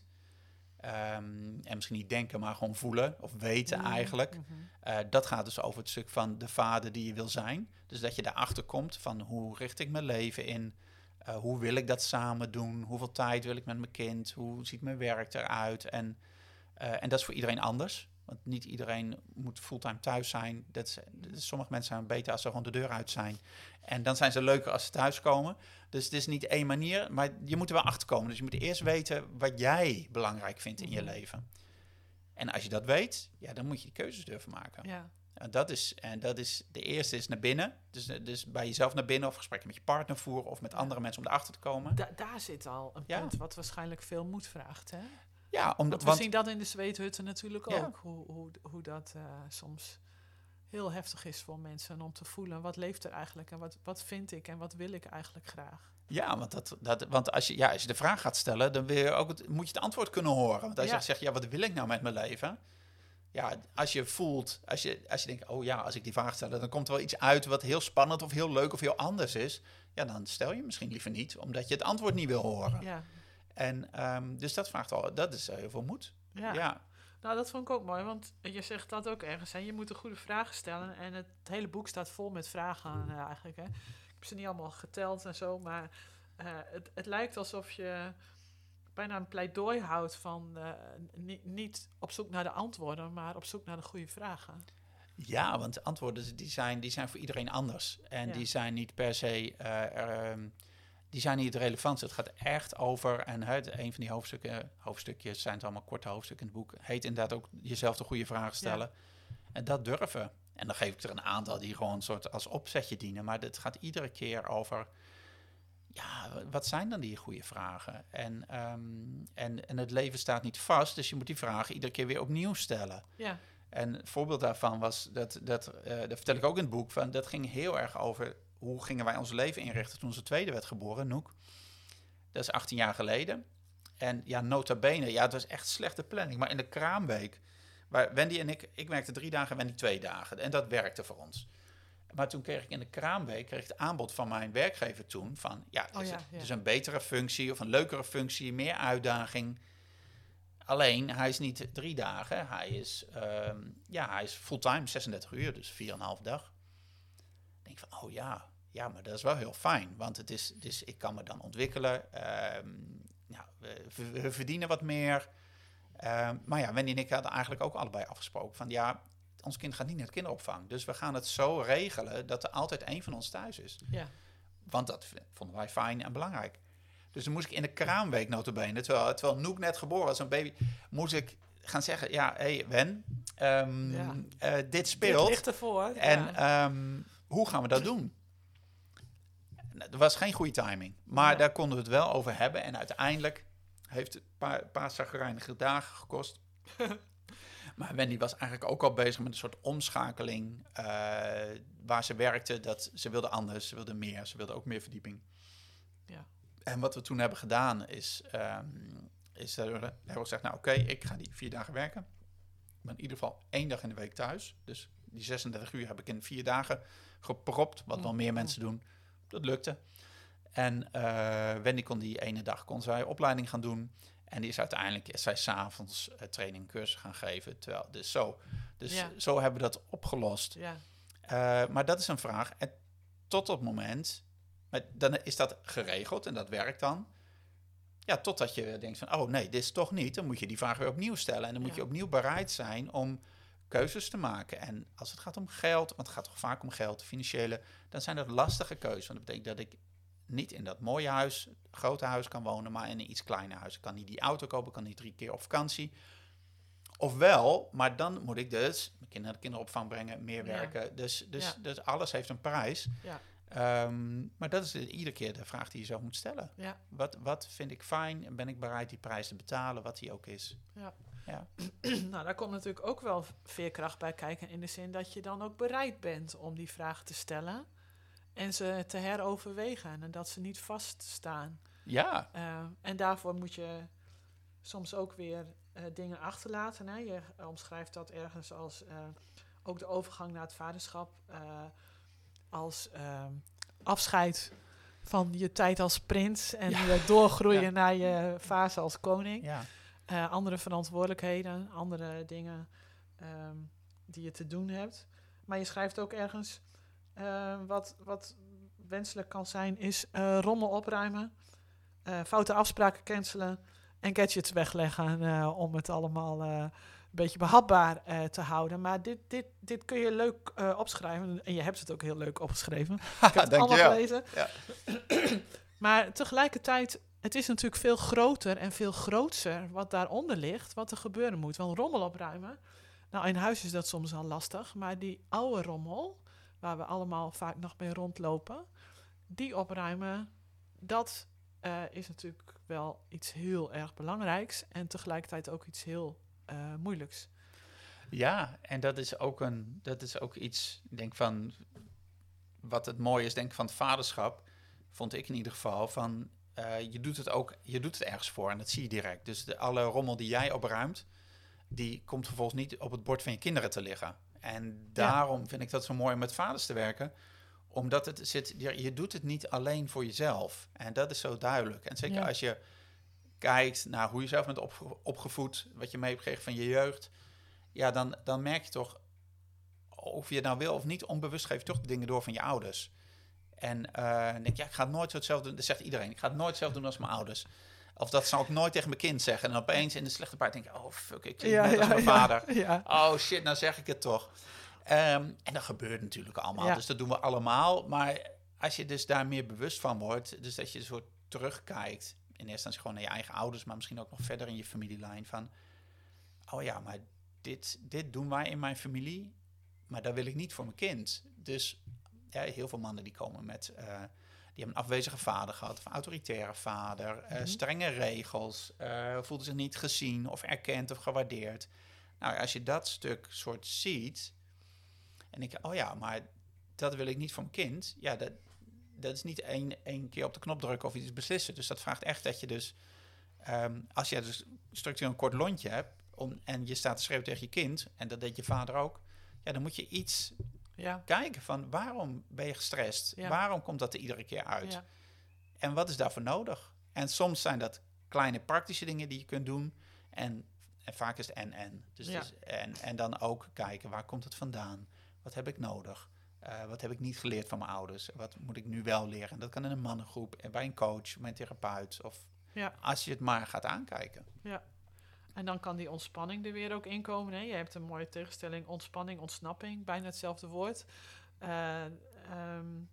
Um, en misschien niet denken, maar gewoon voelen of weten mm-hmm. eigenlijk. Mm-hmm. Uh, dat gaat dus over het stuk van de vader die je wil zijn. Dus dat je daarachter komt van hoe richt ik mijn leven in? Uh, hoe wil ik dat samen doen? Hoeveel tijd wil ik met mijn kind? Hoe ziet mijn werk eruit? En, uh, en dat is voor iedereen anders. Want niet iedereen moet fulltime thuis zijn. Dat is, dat is, sommige mensen zijn beter als ze gewoon de deur uit zijn. En dan zijn ze leuker als ze thuiskomen. Dus het is niet één manier, maar je moet er wel achter komen. Dus je moet eerst weten wat jij belangrijk vindt in je leven. En als je dat weet, ja, dan moet je die keuzes durven maken. Ja. En dat is, en dat is, de eerste is naar binnen. Dus, dus bij jezelf naar binnen of gesprekken met je partner voeren of met ja. andere mensen om erachter te komen. Da- daar zit al een ja. punt wat waarschijnlijk veel moed vraagt, hè? Ja, omdat, want we want, zien dat in de zweethutten natuurlijk ja. ook. Hoe, hoe, hoe dat uh, soms heel heftig is voor mensen om te voelen. Wat leeft er eigenlijk en wat, wat vind ik en wat wil ik eigenlijk graag? Ja, want, dat, dat, want als, je, ja, als je de vraag gaat stellen, dan wil je ook het, moet je het antwoord kunnen horen. Want als ja. je zegt, ja, wat wil ik nou met mijn leven? Ja, als je voelt, als je, als je denkt, oh ja, als ik die vraag stel, dan komt er wel iets uit wat heel spannend of heel leuk of heel anders is. Ja, dan stel je misschien liever niet, omdat je het antwoord niet wil horen. Ja. En um, dus dat vraagt al, dat is uh, heel veel moed. Ja. ja. Nou, dat vond ik ook mooi, want je zegt dat ook ergens. Hè? Je moet de goede vragen stellen. En het hele boek staat vol met vragen uh, eigenlijk. Hè? Ik heb ze niet allemaal geteld en zo, maar uh, het, het lijkt alsof je bijna een pleidooi houdt van uh, niet, niet op zoek naar de antwoorden, maar op zoek naar de goede vragen. Ja, want de antwoorden die zijn, die zijn voor iedereen anders. En Ja. die zijn niet per se... Uh, er, die zijn niet relevant. Het gaat echt over... En het, een van die hoofdstukken... Hoofdstukjes zijn het allemaal korte hoofdstukken in het boek. Heet inderdaad ook jezelf de goede vragen stellen. Ja. En dat durven. En dan geef ik er een aantal die gewoon een soort als opzetje dienen. Maar het gaat iedere keer over... Ja, wat zijn dan die goede vragen? En, um, en, en het leven staat niet vast. Dus je moet die vragen iedere keer weer opnieuw stellen. Ja. En een voorbeeld daarvan was, dat, dat, uh, dat vertel ik ook in het boek, van, dat ging heel erg over hoe gingen wij ons leven inrichten toen onze tweede werd geboren, Noek. Dat is achttien jaar geleden. En ja, nota bene, ja, het was echt slechte planning. Maar in de kraamweek, waar Wendy en ik, ik werkte drie dagen, Wendy twee dagen. En dat werkte voor ons. Maar toen kreeg ik in de kraamweek kreeg ik het aanbod van mijn werkgever toen van, ja, het is, oh ja, ja. dus een betere functie of een leukere functie, meer uitdaging. Alleen, hij is niet drie dagen. Hij is, um, ja, hij is fulltime, zesendertig uur, dus vier en een half dag. Dan denk ik van, oh ja, ja, maar dat is wel heel fijn. Want het is, dus ik kan me dan ontwikkelen. Um, ja, we, we verdienen wat meer. Um, maar ja, Wendy en ik hadden eigenlijk ook allebei afgesproken van, ja, ons kind gaat niet naar de kinderopvang. Dus we gaan het zo regelen dat er altijd één van ons thuis is. Ja. Want dat vonden wij fijn en belangrijk. Dus dan moest ik in de kraamweek nota bene, terwijl, terwijl Noek net geboren was, een baby, moest ik gaan zeggen, ja, hé hey, Wen, um, ja. uh, dit speelt. Dit ligt ervoor. En ja. um, hoe gaan we dat doen? Er was geen goede timing, maar ja. daar konden we het wel over hebben. En uiteindelijk heeft het een paar, paar zagrijnige dagen gekost. Maar Wendy was eigenlijk ook al bezig met een soort omschakeling uh, waar ze werkte. Dat ze wilde anders, ze wilde meer, ze wilde ook meer verdieping. Ja. En wat we toen hebben gedaan is, um, is uh, hebben we gezegd, nou oké, okay, ik ga die vier dagen werken. Ik ben in ieder geval één dag in de week thuis. Dus die zesendertig uur heb ik in vier dagen gepropt, wat mm. wel meer mensen doen. Dat lukte. En uh, Wendy kon die ene dag, kon zij opleiding gaan doen. En die is uiteindelijk, is zij 's avonds uh, training cursus gaan geven. Terwijl, dus zo, dus ja. zo hebben we dat opgelost. Ja. Uh, maar dat is een vraag. En tot op het moment... Maar dan is dat geregeld en dat werkt dan. Ja, totdat je denkt van, oh nee, dit is toch niet. Dan moet je die vraag weer opnieuw stellen. En dan moet ja. je opnieuw bereid zijn om keuzes te maken. En als het gaat om geld, want het gaat toch vaak om geld, financiële, dan zijn dat lastige keuzes. Want dat betekent dat ik niet in dat mooie huis, grote huis kan wonen, maar in een iets kleiner huis. Ik kan niet die auto kopen, ik kan niet drie keer op vakantie. Ofwel, maar dan moet ik dus mijn kinderen naar de kinderopvang brengen, meer werken. Ja. Dus, dus, ja. dus alles heeft een prijs. Ja. Um, maar dat is iedere keer de vraag die je zelf moet stellen. Ja. Wat, wat vind ik fijn en ben ik bereid die prijs te betalen, wat die ook is. Ja. Ja. Nou, daar komt natuurlijk ook wel veerkracht bij kijken, in de zin dat je dan ook bereid bent om die vraag te stellen en ze te heroverwegen en dat ze niet vaststaan. Ja. Uh, en daarvoor moet je soms ook weer uh, dingen achterlaten. Hè? Je omschrijft dat ergens als uh, ook de overgang naar het vaderschap, uh, als uh, afscheid van je tijd als prins en ja. je doorgroeien ja. naar je fase als koning. Ja. Uh, andere verantwoordelijkheden, andere dingen um, die je te doen hebt. Maar je schrijft ook ergens, uh, wat, wat wenselijk kan zijn, is uh, rommel opruimen, uh, foute afspraken cancelen en gadgets wegleggen uh, om het allemaal uh, een beetje behapbaar uh, te houden. Maar dit, dit, dit kun je leuk uh, opschrijven. En je hebt het ook heel leuk opgeschreven. Ik heb het allemaal gelezen. Ja. Maar tegelijkertijd, het is natuurlijk veel groter en veel grootser wat daaronder ligt, wat er gebeuren moet. Want rommel opruimen, nou in huis is dat soms al lastig, maar die oude rommel, waar we allemaal vaak nog mee rondlopen, die opruimen, dat uh, is natuurlijk wel iets heel erg belangrijks en tegelijkertijd ook iets heel uh, moeilijks. Ja, en dat is ook een, dat is ook iets, ik denk van, wat het mooie is, denk ik, van het vaderschap, vond ik in ieder geval, van uh, je doet het ook, je doet het ergens voor en dat zie je direct. Dus de, alle rommel die jij opruimt, die komt vervolgens niet op het bord van je kinderen te liggen. En daarom ja. vind ik dat zo mooi om met vaders te werken, omdat het zit, je, je doet het niet alleen voor jezelf. En dat is zo duidelijk. En zeker ja. als je kijkt naar hoe je zelf bent opge- opgevoed, wat je mee hebt gekregen van je jeugd, ja, dan, dan merk je toch, of je het nou wil of niet, onbewust geef je toch dingen door van je ouders. En uh, dan denk ik, ja, ik ga het nooit zo hetzelfde doen. Dat zegt iedereen. Ik ga het nooit hetzelfde doen als mijn ouders. Of dat zou ik nooit tegen mijn kind zeggen. En opeens in de slechte paard denk ik, oh fuck, ik Ja, net ja, als mijn ja, vader. ja. Oh shit, nou zeg ik het toch. Um, en dat gebeurt natuurlijk allemaal. Ja. Dus dat doen we allemaal. Maar als je dus daar meer bewust van wordt, dus dat je een soort terugkijkt, in eerste instantie gewoon naar je eigen ouders, maar misschien ook nog verder in je familielijn van, oh ja, maar dit, dit doen wij in mijn familie, maar dat wil ik niet voor mijn kind. Dus ja, heel veel mannen die komen met, uh, die hebben een afwezige vader gehad, of een autoritaire vader, uh, mm-hmm. strenge regels, uh, voelden zich niet gezien of erkend of gewaardeerd. Nou, als je dat stuk soort ziet, en ik, oh ja, maar dat wil ik niet voor mijn kind, ja, dat, dat is niet één, één keer op de knop drukken of iets beslissen. Dus dat vraagt echt dat je dus, um, als je dus structureel een kort lontje hebt, om, en je staat te schreeuwen tegen je kind, en dat deed je vader ook, ja, dan moet je iets ja. kijken van, waarom ben je gestrest? Ja. Waarom komt dat er iedere keer uit? Ja. En wat is daarvoor nodig? En soms zijn dat kleine praktische dingen die je kunt doen, en, en vaak is het en-en. Dus, ja. dus, en, en dan ook kijken, waar komt het vandaan? Wat heb ik nodig? Uh, wat heb ik niet geleerd van mijn ouders? Wat moet ik nu wel leren? En dat kan in een mannengroep, bij een coach, bij een therapeut, of ja. als je het maar gaat aankijken. Ja. En dan kan die ontspanning er weer ook inkomen. Hè? Je hebt een mooie tegenstelling, ontspanning, ontsnapping, bijna hetzelfde woord. Uh, um,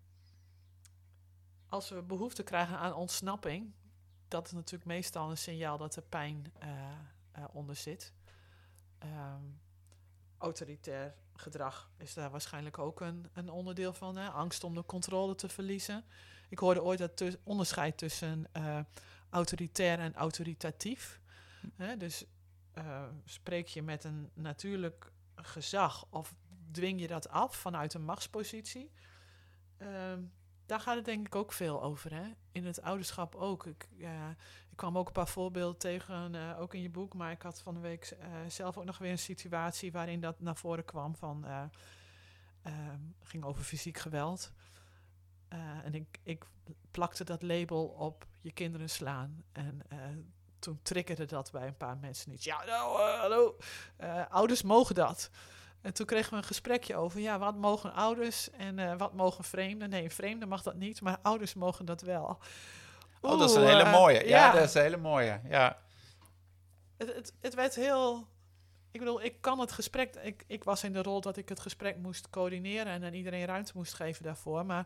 als we behoefte krijgen aan ontsnapping, dat is natuurlijk meestal een signaal dat er pijn uh, uh, onder zit. Um, autoritair gedrag is daar waarschijnlijk ook een, een onderdeel van. Hè? Angst om de controle te verliezen. Ik hoorde ooit dat tu- onderscheid tussen uh, autoritair en autoritatief. Hè? Dus uh, spreek je met een natuurlijk gezag of dwing je dat af vanuit een machtspositie? Uh, daar gaat het denk ik ook veel over. Hè? In het ouderschap ook. Ik, uh, ik kwam ook een paar voorbeelden tegen, uh, ook in je boek, maar ik had van de week uh, zelf ook nog weer een situatie waarin dat naar voren kwam van, uh, uh, ging over fysiek geweld. Uh, en ik, ik plakte dat label op je kinderen slaan. En uh, toen triggerde dat bij een paar mensen niet. Ja, nou, uh, hallo, uh, ouders mogen dat. En toen kregen we een gesprekje over, ja, wat mogen ouders en uh, wat mogen vreemden? Nee, een vreemde mag dat niet, maar ouders mogen dat wel. Oeh, oh, dat is een hele mooie. Uh, ja, ja, dat is een hele mooie, ja. Het, het, het werd heel... Ik bedoel, ik kan het gesprek... Ik, ik was in de rol dat ik het gesprek moest coördineren en aan iedereen ruimte moest geven daarvoor, maar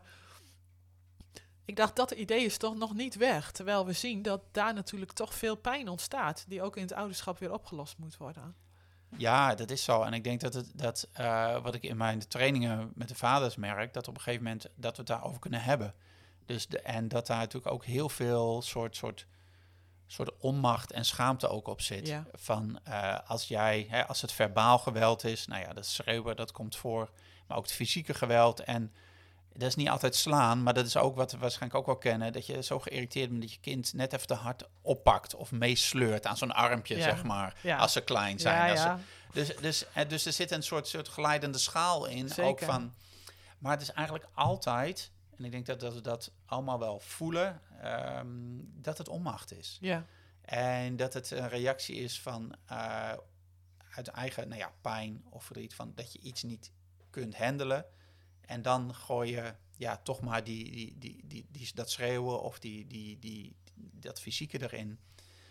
ik dacht, dat idee is toch nog niet weg. Terwijl we zien dat daar natuurlijk toch veel pijn ontstaat, die ook in het ouderschap weer opgelost moet worden. Ja, dat is zo. En ik denk dat het, dat uh, wat ik in mijn trainingen met de vaders merk, dat op een gegeven moment dat we het daarover kunnen hebben. Dus de, en dat daar natuurlijk ook heel veel soort, soort, soort onmacht en schaamte ook op zit. Ja. Van uh, als jij, hè, als het verbaal geweld is, nou ja, dat schreeuwen, dat komt voor. Maar ook het fysieke geweld. En dat is niet altijd slaan, maar dat is ook wat we waarschijnlijk ook wel kennen. Dat je zo geïrriteerd bent dat je kind net even te hard oppakt of meesleurt aan zo'n armpje, ja. zeg maar. Ja. Als ze klein zijn. Ja, als ja. Ze, dus, dus, dus er zit een soort, soort glijdende schaal in. Zeker. Ook van, maar het is eigenlijk altijd, en ik denk dat, dat we dat allemaal wel voelen, um, dat het onmacht is. Ja. En dat het een reactie is van uh, uit eigen nou ja, pijn of verdriet, van dat je iets niet kunt handelen. En dan gooi je ja, toch maar die, die, die, die, die, dat schreeuwen of die, die, die, dat fysieke erin.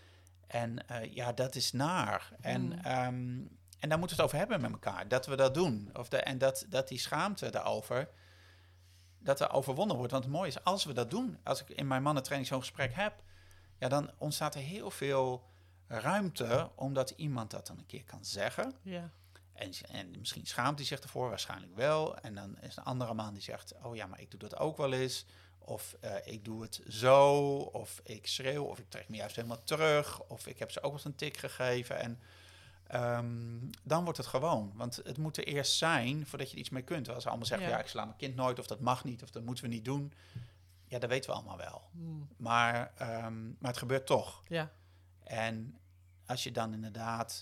En uh, ja, dat is naar. Mm. En, um, en daar moeten we het over hebben met elkaar. Dat we dat doen. Of de, en dat, dat die schaamte daarover, dat er overwonnen wordt. Want het mooie is, als we dat doen, als ik in mijn mannentraining zo'n gesprek heb, ja, dan ontstaat er heel veel ruimte, omdat iemand dat dan een keer kan zeggen. Ja. En, en misschien schaamt hij zich ervoor, waarschijnlijk wel. En dan is een andere man die zegt, oh ja, maar ik doe dat ook wel eens. Of uh, ik doe het zo, of ik schreeuw, of ik trek me juist helemaal terug. Of ik heb ze ook wel eens een tik gegeven. En um, dan wordt het gewoon. Want het moet er eerst zijn voordat je er iets mee kunt. Als ze allemaal zeggen, ja. ja, ik sla mijn kind nooit, of dat mag niet, of dat moeten we niet doen. Ja, dat weten we allemaal wel. Hmm. Maar, um, maar het gebeurt toch. Ja. En als je dan inderdaad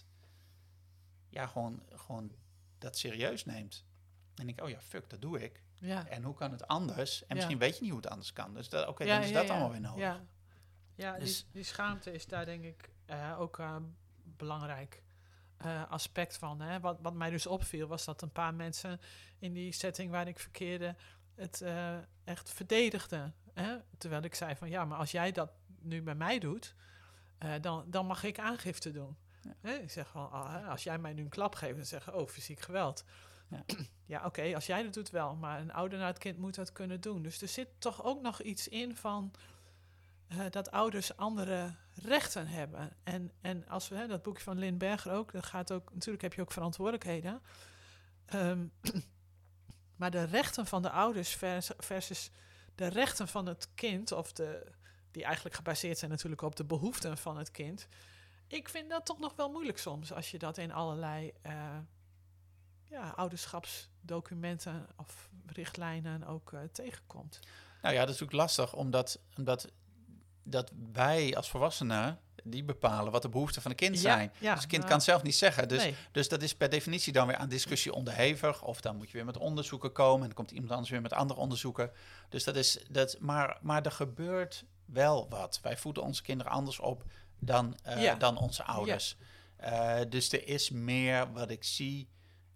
ja, gewoon, gewoon dat serieus neemt. En denk ik, oh ja, fuck, dat doe ik. Ja. En hoe kan het anders? En ja. misschien weet je niet hoe het anders kan. Dus oké, okay, ja, dan is ja, dat ja. allemaal weer nodig. Ja. Ja, Dus- die, die schaamte is daar denk ik uh, ook een belangrijk uh, aspect van. Hè? Wat, wat mij dus opviel was dat een paar mensen in die setting waar ik verkeerde het uh, echt verdedigden. Hè? Terwijl ik zei van ja, maar als jij dat nu bij mij doet, uh, dan, dan mag ik aangifte doen. Ja. Hè? Ik zeg van, ah, als jij mij nu een klap geeft, dan zeggen oh, fysiek geweld. Ja, ja oké, okay, als jij dat doet wel, maar een ouder naar het kind moet dat kunnen doen. Dus er zit toch ook nog iets in van uh, dat ouders andere rechten hebben. En, en als we, hè, dat boekje van Lynn Berger ook, dat gaat ook, natuurlijk heb je ook verantwoordelijkheden. Um, maar de rechten van de ouders vers, versus de rechten van het kind, of de, die eigenlijk gebaseerd zijn natuurlijk op de behoeften van het kind. Ik vind dat toch nog wel moeilijk soms, als je dat in allerlei uh, ja, ouderschapsdocumenten of richtlijnen ook uh, tegenkomt. Nou ja, dat is natuurlijk lastig, omdat, omdat dat wij als volwassenen, die bepalen wat de behoeften van het kind zijn. Ja, ja, dus het kind uh, kan het zelf niet zeggen. Dus, nee. dus dat is per definitie dan weer aan discussie onderhevig. Of dan moet je weer met onderzoeken komen. En dan komt iemand anders weer met andere onderzoeken. Dus dat is, dat, maar, maar er gebeurt wel wat. Wij voeden onze kinderen anders op dan, uh, ja. dan onze ouders. Ja. Uh, dus er is meer wat ik zie.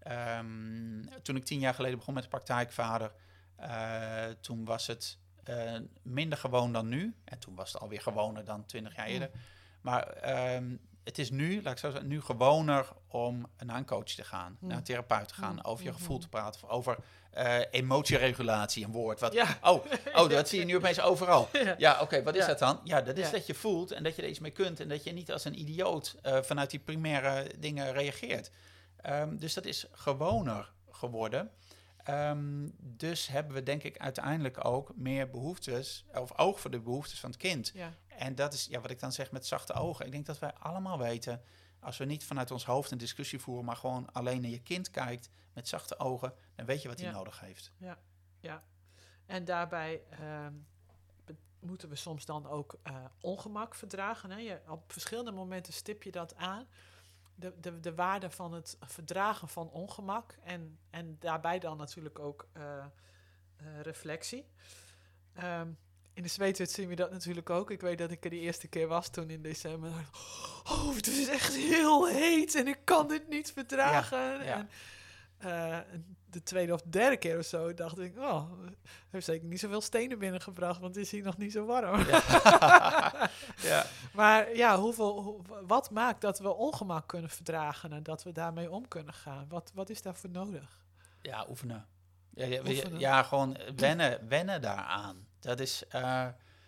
Um, toen ik tien jaar geleden begon met de praktijkvader, uh, toen was het uh, minder gewoon dan nu. En toen was het alweer gewoner dan twintig jaar eerder. Mm. Maar um, het is nu, laat ik zo zeggen, nu gewoner om naar een coach te gaan, mm. naar een therapeut te gaan, mm. over je gevoel te praten, of over uh, emotieregulatie, een woord. Wat, ja. Oh, oh, dat zie je nu opeens overal. Ja, ja oké, okay, wat is ja. dat dan? Ja, dat is ja. dat je voelt en dat je er iets mee kunt en dat je niet als een idioot uh, vanuit die primaire dingen reageert. Um, dus dat is gewoner geworden. Um, dus hebben we denk ik uiteindelijk ook meer behoeftes, of oog voor de behoeftes van het kind. Ja. En dat is ja, wat ik dan zeg met zachte ogen. Ik denk dat wij allemaal weten, als we niet vanuit ons hoofd een discussie voeren, maar gewoon alleen naar je kind kijkt met zachte ogen, dan weet je wat hij ja. nodig heeft. Ja, ja. En daarbij um, be- moeten we soms dan ook uh, ongemak verdragen. Hè? Je, op verschillende momenten stip je dat aan. De, de, de waarde van het verdragen van ongemak. En, en daarbij dan natuurlijk ook uh, uh, reflectie. Um, in de zweethut zien we dat natuurlijk ook. Ik weet dat ik er de eerste keer was toen in december. Oh, het is echt heel heet en ik kan dit niet verdragen. Ja, ja. En, uh, de tweede of derde keer of zo dacht ik, oh, heeft zeker niet zoveel stenen binnengebracht, want het is hier nog niet zo warm. Ja. ja. Maar ja, hoeveel, hoe, wat maakt dat we ongemak kunnen verdragen en dat we daarmee om kunnen gaan? Wat, wat is daarvoor nodig? Ja, oefenen. Ja, ja, oefenen. ja gewoon wennen, wennen daaraan. Dat is, uh,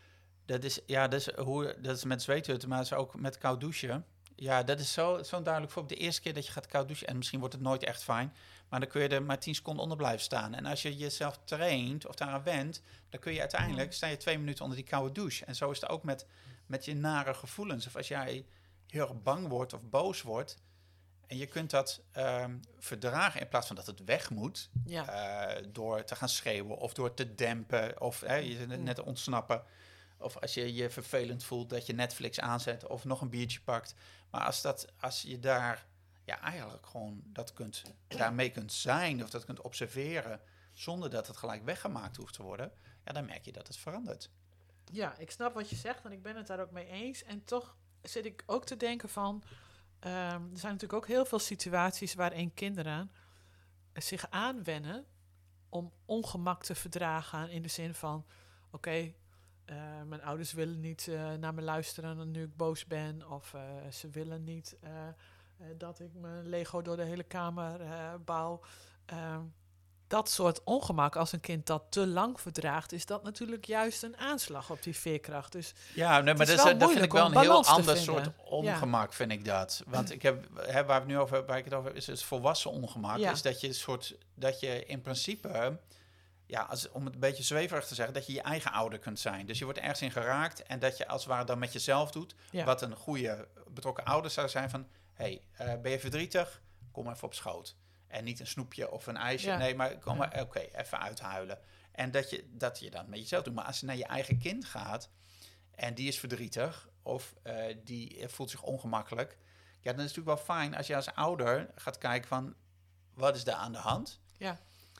dat is, ja, dat is, hoe, dat is met zweethutten, maar dat is ook met koud douchen. Ja, dat is zo, zo'n duidelijk voorbeeld. De eerste keer dat je gaat koud douchen, en misschien wordt het nooit echt fijn, maar dan kun je er maar tien seconden onder blijven staan. En als je jezelf traint of daaraan went, dan kun je uiteindelijk, sta je twee minuten onder die koude douche. En zo is het ook met, met je nare gevoelens. Of als jij heel erg bang wordt of boos wordt, en je kunt dat um, verdragen in plaats van dat het weg moet, ja. uh, door te gaan schreeuwen of door te dempen of hè, je net te ontsnappen. Of als je je vervelend voelt dat je Netflix aanzet of nog een biertje pakt. Maar als, dat, als je daar ja, eigenlijk gewoon dat kunt, daarmee kunt zijn of dat kunt observeren zonder dat het gelijk weggemaakt hoeft te worden, ja, dan merk je dat het verandert. Ja, ik snap wat je zegt en ik ben het daar ook mee eens. En toch zit ik ook te denken van, um, er zijn natuurlijk ook heel veel situaties waarin kinderen zich aanwennen om ongemak te verdragen in de zin van, oké, okay, Uh, mijn ouders willen niet uh, naar me luisteren nu ik boos ben. Of uh, ze willen niet uh, uh, dat ik mijn Lego door de hele kamer uh, bouw. Uh, dat soort ongemak, als een kind dat te lang verdraagt, is dat natuurlijk juist een aanslag op die veerkracht. Dus ja, nee, maar dat, is, dat vind ik wel een heel ander soort ongemak, ja. vind ik dat. Want ik heb, hè, waar, ik nu over, waar ik het over heb, is het volwassen ongemak. Ja. Is dat je, soort, dat je in principe, ja, als, om het een beetje zweverig te zeggen, dat je je eigen ouder kunt zijn. Dus je wordt ergens in geraakt en dat je als het ware dan met jezelf doet, ja. wat een goede betrokken ouder zou zijn van, hé, hey, uh, ben je verdrietig? Kom even op schoot. En niet een snoepje of een ijsje. Ja. Nee, maar kom maar, oké, okay, even uithuilen. En dat je, dat je dan met jezelf doet. Maar als je naar je eigen kind gaat en die is verdrietig of uh, die voelt zich ongemakkelijk, ja, dan is het natuurlijk wel fijn als je als ouder gaat kijken van, wat is daar aan de hand? Ja.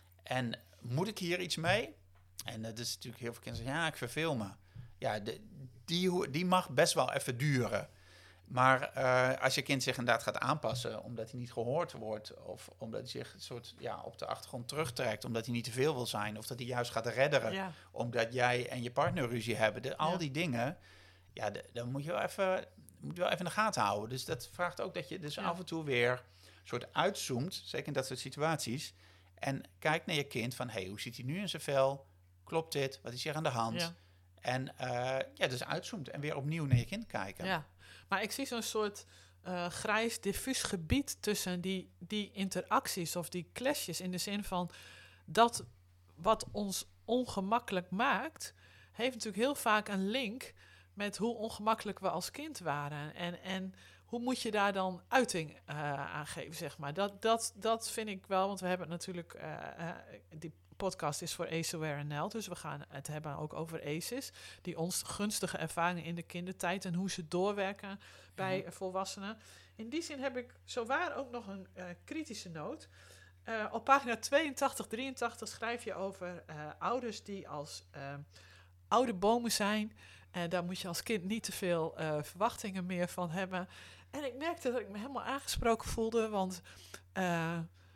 En moet ik hier iets mee? En dat is natuurlijk heel veel kinderen zeggen, ja, ik verveel me. Ja, de, die, die mag best wel even duren. Maar uh, als je kind zich inderdaad gaat aanpassen, omdat hij niet gehoord wordt, of omdat hij zich een soort ja, op de achtergrond terugtrekt, omdat hij niet te veel wil zijn, of dat hij juist gaat redderen, ja. omdat jij en je partner ruzie hebben, de, al ja. die dingen, ja, de, dan moet je wel even, moet je wel even in de gaten houden. Dus dat vraagt ook dat je dus ja. af en toe weer een soort uitzoomt, zeker in dat soort situaties, en kijkt naar je kind van, hey, hoe zit hij nu in zijn vel? Klopt dit? Wat is hier aan de hand? Ja. En uh, ja, dus uitzoomt en weer opnieuw naar je kind kijken. Ja. Maar ik zie zo'n soort uh, grijs, diffuus gebied tussen die, die interacties of die clashes. In de zin van dat wat ons ongemakkelijk maakt, heeft natuurlijk heel vaak een link met hoe ongemakkelijk we als kind waren. En, en hoe moet je daar dan uiting uh, aan geven, zeg maar. Dat, dat, dat vind ik wel, want we hebben natuurlijk, uh, uh, die podcast is voor AceAware N L, dus we gaan het hebben ook over A C Es, die ons gunstige ervaringen in de kindertijd en hoe ze doorwerken bij mm-hmm. volwassenen. In die zin heb ik zowaar ook nog een uh, kritische noot. Uh, op pagina tweeëntachtig, drieëntachtig schrijf je over uh, ouders die als uh, oude bomen zijn. En uh, daar moet je als kind niet te veel uh, verwachtingen meer van hebben. En ik merkte dat ik me helemaal aangesproken voelde, want Uh,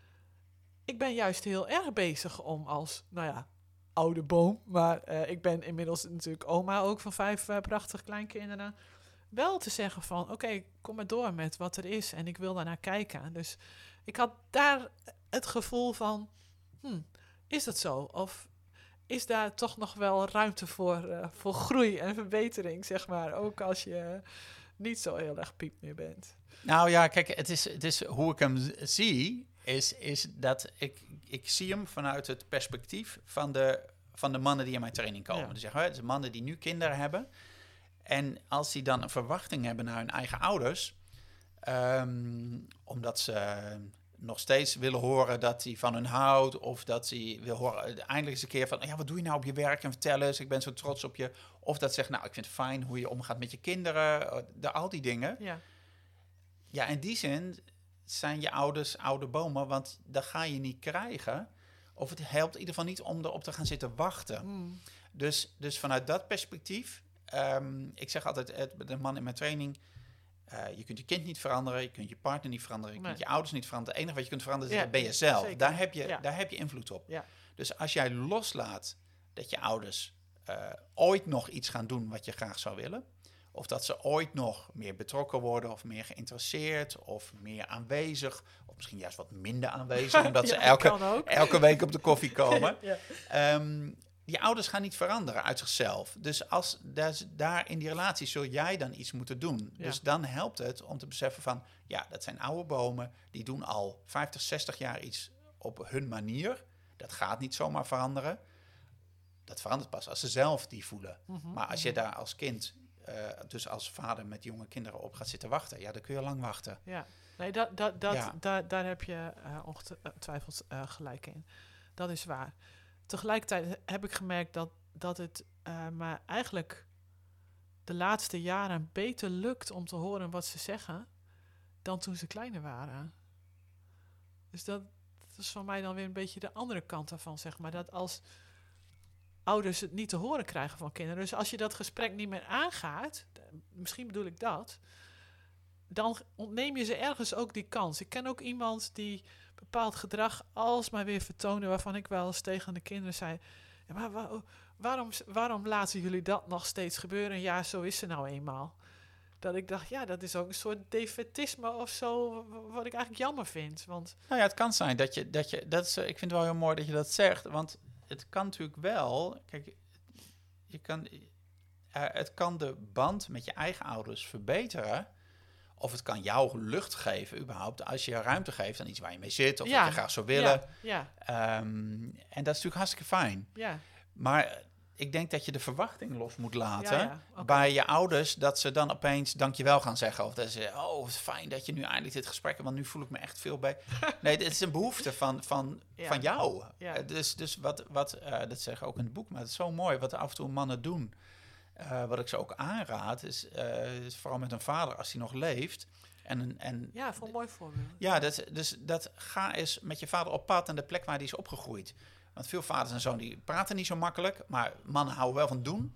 ik ben juist heel erg bezig om als, nou ja, oude boom, maar uh, ik ben inmiddels natuurlijk oma ook van vijf uh, prachtige kleinkinderen, wel te zeggen van, oké, okay, kom maar door met wat er is en ik wil daarnaar kijken. Dus ik had daar het gevoel van, hmm, is dat zo? Of is daar toch nog wel ruimte voor, uh, voor groei en verbetering, zeg maar, ook als je uh, niet zo heel erg piep meer bent? Nou ja, kijk, het is, het is hoe ik hem zie, is, is dat ik, ik zie hem vanuit het perspectief van de, van de mannen die in mijn training komen. Ja. Dus zeggen we, het zijn mannen die nu kinderen hebben. En als die dan een verwachting hebben naar hun eigen ouders, um, omdat ze nog steeds willen horen dat hij van hun houdt, of dat hij wil horen eindelijk eens een keer van, ja, wat doe je nou op je werk en vertel eens, ik ben zo trots op je. Of dat zegt, nou, ik vind het fijn hoe je omgaat met je kinderen, de, al die dingen. Ja. Ja, in die zin zijn je ouders oude bomen, want dat ga je niet krijgen. Of het helpt in ieder geval niet om erop te gaan zitten wachten. Mm. Dus, dus vanuit dat perspectief, um, ik zeg altijd, het, de man in mijn training, uh, je kunt je kind niet veranderen, je kunt je partner niet veranderen, je nee. kunt je ouders niet veranderen. Het enige wat je kunt veranderen, is ja, ben je zelf. Daar heb je, ja. daar heb je invloed op. Ja. Dus als jij loslaat dat je ouders uh, ooit nog iets gaan doen wat je graag zou willen, of dat ze ooit nog meer betrokken worden, of meer geïnteresseerd, of meer aanwezig, of misschien juist wat minder aanwezig, omdat ja, ze elke, elke week op de koffie komen. ja. um, die ouders gaan niet veranderen uit zichzelf. Dus als daar, daar in die relatie zul jij dan iets moeten doen. Ja. Dus dan helpt het om te beseffen van, ja, dat zijn oude bomen, die doen al vijftig, zestig jaar iets op hun manier. Dat gaat niet zomaar veranderen. Dat verandert pas als ze zelf die voelen. Mm-hmm, maar als mm-hmm. je daar als kind, uh, dus als vader met jonge kinderen op gaat zitten wachten, ja, dan kun je lang wachten. Ja, nee, dat, dat, dat, ja. daar, daar heb je uh, ongetwijfeld uh, gelijk in. Dat is waar. Tegelijkertijd heb ik gemerkt dat, dat het uh, me eigenlijk de laatste jaren beter lukt om te horen wat ze zeggen dan toen ze kleiner waren. Dus dat, dat is voor mij dan weer een beetje de andere kant daarvan, zeg maar. Dat als ouders het niet te horen krijgen van kinderen, dus als je dat gesprek niet meer aangaat, misschien bedoel ik dat, dan ontneem je ze ergens ook die kans. Ik ken ook iemand die bepaald gedrag alsmaar weer vertonen, waarvan ik wel eens tegen de kinderen zei, ja, maar waar, waarom, waarom laten jullie dat nog steeds gebeuren? Ja, zo is ze nou eenmaal. Dat ik dacht, ja, dat is ook een soort defetisme of zo, wat ik eigenlijk jammer vind. Want nou ja, het kan zijn dat je, dat je, dat is, ik vind het wel heel mooi dat je dat zegt, want het kan natuurlijk wel, kijk, je kan, uh, het kan de band met je eigen ouders verbeteren. Of het kan jou lucht geven, überhaupt, als je ruimte geeft aan iets waar je mee zit, of ja. wat je graag zou willen. Ja. Ja. Um, en dat is natuurlijk hartstikke fijn. Ja. Maar ik denk dat je de verwachting los moet laten ja, ja. Okay. bij je ouders, dat ze dan opeens dankjewel gaan zeggen. Of dat ze, oh, wat fijn dat je nu eindelijk dit gesprek hebt, want nu voel ik me echt veel bij. Nee, dit is een behoefte van, van, ja. van jou. Ja. Uh, dus dus wat, wat uh, dat zeg ik ook in het boek, maar het is zo mooi wat af en toe mannen doen. Uh, wat ik ze ook aanraad, is, uh, is vooral met een vader als hij nog leeft. En, en, ja, voor een mooi voorbeeld. Ja, dat, dus dat ga eens met je vader op pad aan de plek waar die is opgegroeid. Want veel vaders en zoon die praten niet zo makkelijk, maar mannen houden wel van doen.